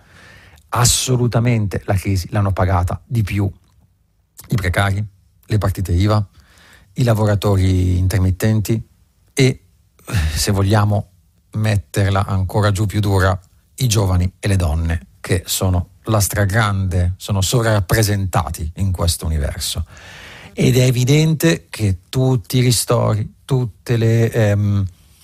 Assolutamente la crisi l'hanno pagata di più i precari, le partite I V A, i lavoratori intermittenti e, se vogliamo metterla ancora giù più dura, i giovani e le donne, che sono la stragrande, sono sovrarappresentati in questo universo. Ed è evidente che tutti i ristori, tutte le... Ehm,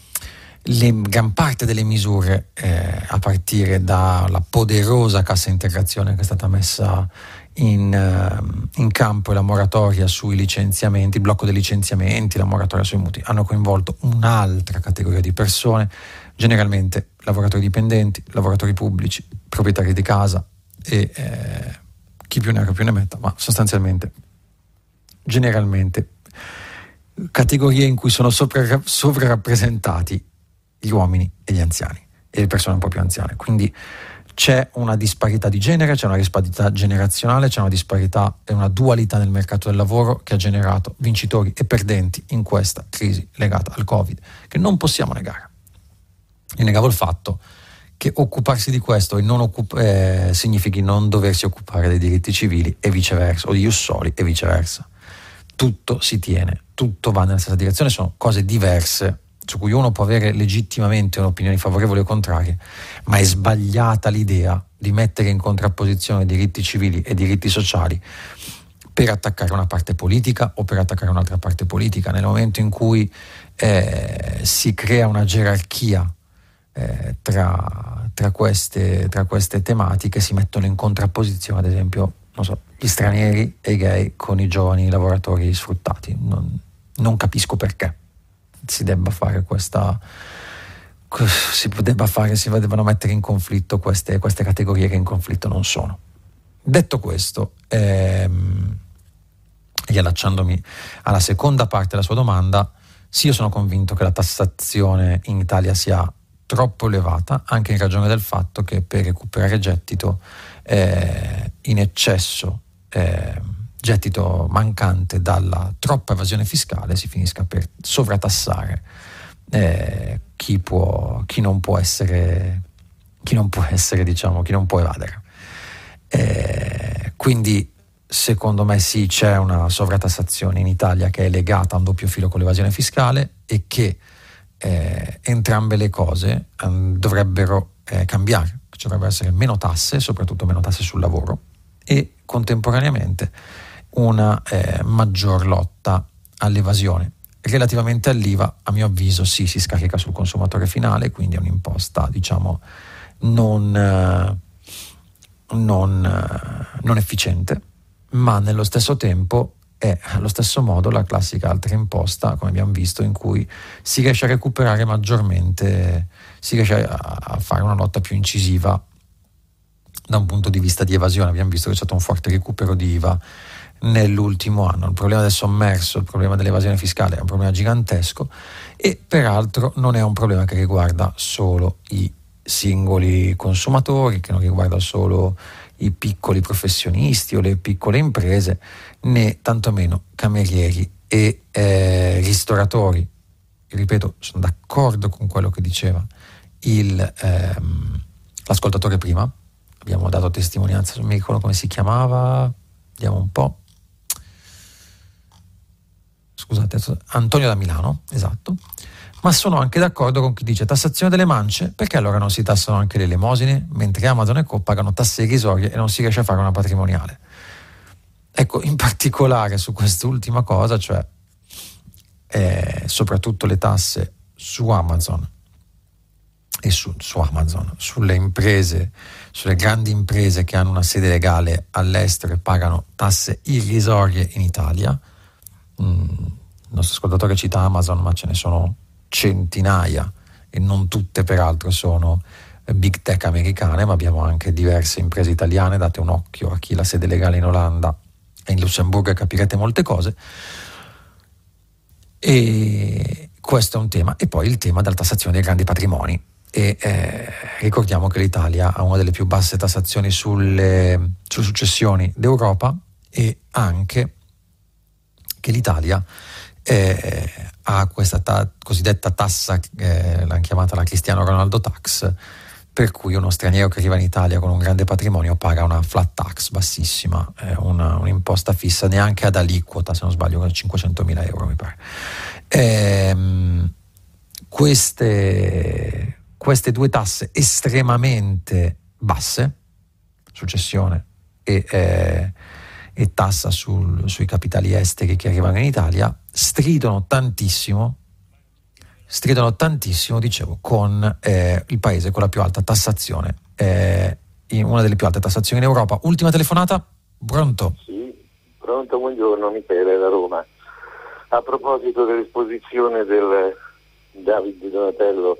Le, gran parte delle misure, eh, a partire dalla poderosa cassa integrazione che è stata messa in, uh, in campo e la moratoria sui licenziamenti, il blocco dei licenziamenti, la moratoria sui mutui, hanno coinvolto un'altra categoria di persone, generalmente lavoratori dipendenti, lavoratori pubblici, proprietari di casa e eh, chi più ne ha che più ne metta, ma sostanzialmente, generalmente, categorie in cui sono sopra, sovrarappresentati gli uomini e gli anziani e le persone un po' più anziane. Quindi c'è una disparità di genere, c'è una disparità generazionale, c'è una disparità e una dualità nel mercato del lavoro che ha generato vincitori e perdenti in questa crisi legata al Covid, che non possiamo negare. Io negavo il fatto che occuparsi di questo e non occup- eh, significhi non doversi occupare dei diritti civili e viceversa, o di ius soli e viceversa. Tutto si tiene, tutto va nella stessa direzione, sono cose diverse su cui uno può avere legittimamente un'opinione favorevole o contrarie, ma è sbagliata l'idea di mettere in contrapposizione diritti civili e diritti sociali per attaccare una parte politica o per attaccare un'altra parte politica. Nel momento in cui eh, si crea una gerarchia eh, tra, tra, queste, tra queste tematiche, si mettono in contrapposizione, ad esempio, non so, gli stranieri e i gay con i giovani lavoratori sfruttati. Non, non capisco perché si debba fare questa si debba fare si debbano mettere in conflitto queste, queste categorie che in conflitto non sono. Detto questo, ehm, riallacciandomi alla seconda parte della sua domanda, sì, io sono convinto che la tassazione in Italia sia troppo elevata, anche in ragione del fatto che per recuperare gettito eh, in eccesso eh, gettito mancante dalla troppa evasione fiscale si finisca per sovratassare eh, chi può, chi non può essere, chi non può essere, diciamo, chi non può evadere. Eh, quindi secondo me sì, c'è una sovratassazione in Italia che è legata a un doppio filo con l'evasione fiscale e che eh, entrambe le cose eh, dovrebbero eh, cambiare. Ci dovrebbero essere meno tasse, soprattutto meno tasse sul lavoro, e contemporaneamente una eh, maggior lotta all'evasione. Relativamente all'I V A, a mio avviso, sì, si scarica sul consumatore finale, quindi è un'imposta, diciamo, non, eh, non, eh, non efficiente, ma nello stesso tempo è allo stesso modo la classica altra imposta, come abbiamo visto, in cui si riesce a recuperare maggiormente, si riesce a, a fare una lotta più incisiva da un punto di vista di evasione. Abbiamo visto che c'è stato un forte recupero di I V A nell'ultimo anno. Il problema del sommerso, il problema dell'evasione fiscale è un problema gigantesco e peraltro non è un problema che riguarda solo i singoli consumatori, che non riguarda solo i piccoli professionisti o le piccole imprese, né tantomeno camerieri e eh, ristoratori. Ripeto, sono d'accordo con quello che diceva il, ehm, l'ascoltatore prima. Abbiamo dato testimonianza, non mi ricordo come si chiamava, vediamo un po'. Scusate, Antonio da Milano, esatto. Ma sono anche d'accordo con chi dice tassazione delle mance, perché allora non si tassano anche le elemosine, mentre Amazon e Co pagano tasse irrisorie e non si riesce a fare una patrimoniale. Ecco, in particolare su quest'ultima cosa, cioè eh, soprattutto le tasse su Amazon e su, su Amazon, sulle imprese, sulle grandi imprese che hanno una sede legale all'estero e pagano tasse irrisorie in Italia. Mm, il nostro ascoltatore cita Amazon, ma ce ne sono centinaia e non tutte peraltro sono big tech americane, ma abbiamo anche diverse imprese italiane. Date un occhio a chi ha la sede legale in Olanda e in Lussemburgo e capirete molte cose. E questo è un tema. E poi il tema della tassazione dei grandi patrimoni, e eh, ricordiamo che l'Italia ha una delle più basse tassazioni sulle, sulle successioni d'Europa, e anche che l'Italia eh, ha questa ta- cosiddetta tassa, eh, l'hanno chiamata la Cristiano Ronaldo tax, per cui uno straniero che arriva in Italia con un grande patrimonio paga una flat tax bassissima, eh, una, un'imposta fissa, neanche ad aliquota, se non sbaglio, con cinquecentomila euro mi pare. Ehm, queste, queste due tasse estremamente basse, successione e, eh, e tassa sul, sui capitali esteri che arrivano in Italia, stridono tantissimo stridono tantissimo, dicevo, con eh, il paese con la più alta tassazione, eh, in una delle più alte tassazioni in Europa. Ultima telefonata, pronto? Sì, pronto, buongiorno, Michele da Roma. A proposito dell'esposizione del David Donatello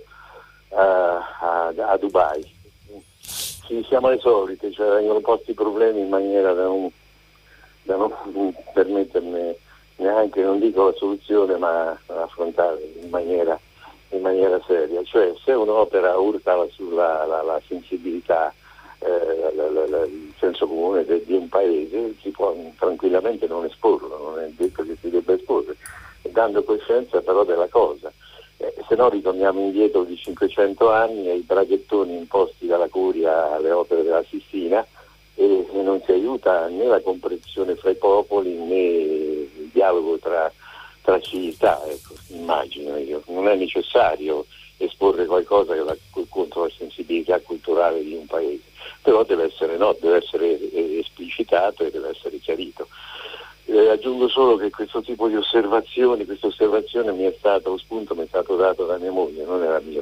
a, a, a Dubai, sì, siamo le solite, cioè vengono posti problemi in maniera da non, da non permetterne neanche, non dico la soluzione, ma affrontare in maniera, in maniera seria. Cioè, se un'opera urta sulla la, la sensibilità, eh, la, la, la, il senso comune de, di un paese, si può tranquillamente non esporlo, non è detto che si debba esporre, dando coscienza però della cosa. Eh, se no ritorniamo indietro di cinquecento anni ai braghettoni imposti dalla Curia alle opere della Sistina, e non si aiuta né la comprensione fra i popoli né il dialogo tra, tra civiltà, ecco, immagino io. Non è necessario esporre qualcosa che va contro la sensibilità culturale di un paese, però deve essere, no, deve essere esplicitato e deve essere chiarito. Eh, aggiungo solo che questo tipo di osservazioni, questa osservazione mi è stato, lo spunto mi è stato dato da mia moglie, non era mio.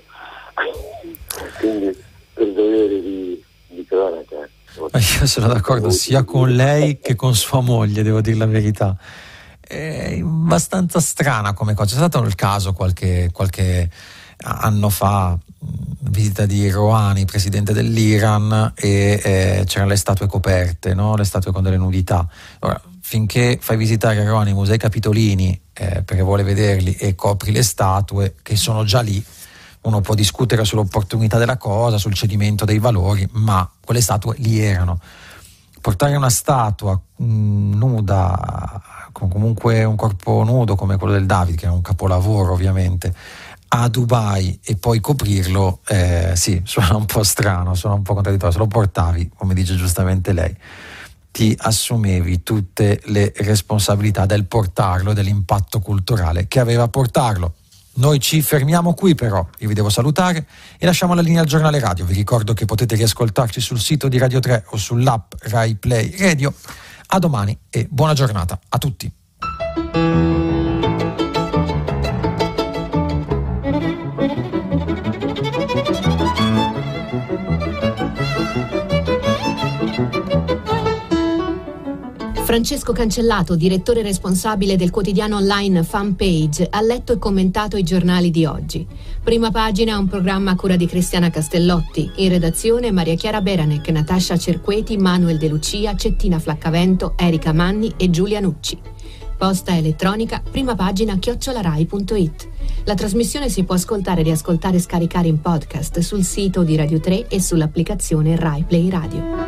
Quindi per dovere di, di cronaca. Io sono d'accordo sia con lei che con sua moglie, devo dire la verità. È abbastanza strana come cosa. C'è stato il caso qualche, qualche anno fa, visita di Rouhani, presidente dell'Iran, e eh, c'erano le statue coperte, no? Le statue con delle nudità. Ora, finché fai visitare a Rouhani i musei capitolini eh, perché vuole vederli e copri le statue che sono già lì, uno può discutere sull'opportunità della cosa, sul cedimento dei valori, ma quelle statue lì erano. Portare una statua mh, nuda, con comunque un corpo nudo come quello del David, che è un capolavoro ovviamente, a Dubai e poi coprirlo, eh, sì, suona un po' strano, suona un po' contraddittorio. Se lo portavi, come dice giustamente lei, ti assumevi tutte le responsabilità del portarlo, dell'impatto culturale che aveva a portarlo. Noi ci fermiamo qui però, io vi devo salutare e lasciamo la linea al giornale radio. Vi ricordo che potete riascoltarci sul sito di Radio tre o sull'app Rai Play Radio. A domani e buona giornata a tutti. Francesco Cancellato, direttore responsabile del quotidiano online Fanpage, ha letto e commentato i giornali di oggi. Prima Pagina è un programma a cura di Cristiana Castellotti, in redazione Maria Chiara Beranec, Natascia Cerqueti, Manuel De Lucia, Cettina Flaccavento, Erika Manni e Giulia Nucci. Posta elettronica primapagina chiocciolarai punto it. La trasmissione si può ascoltare, riascoltare e scaricare in podcast sul sito di Radio tre e sull'applicazione Rai Play Radio.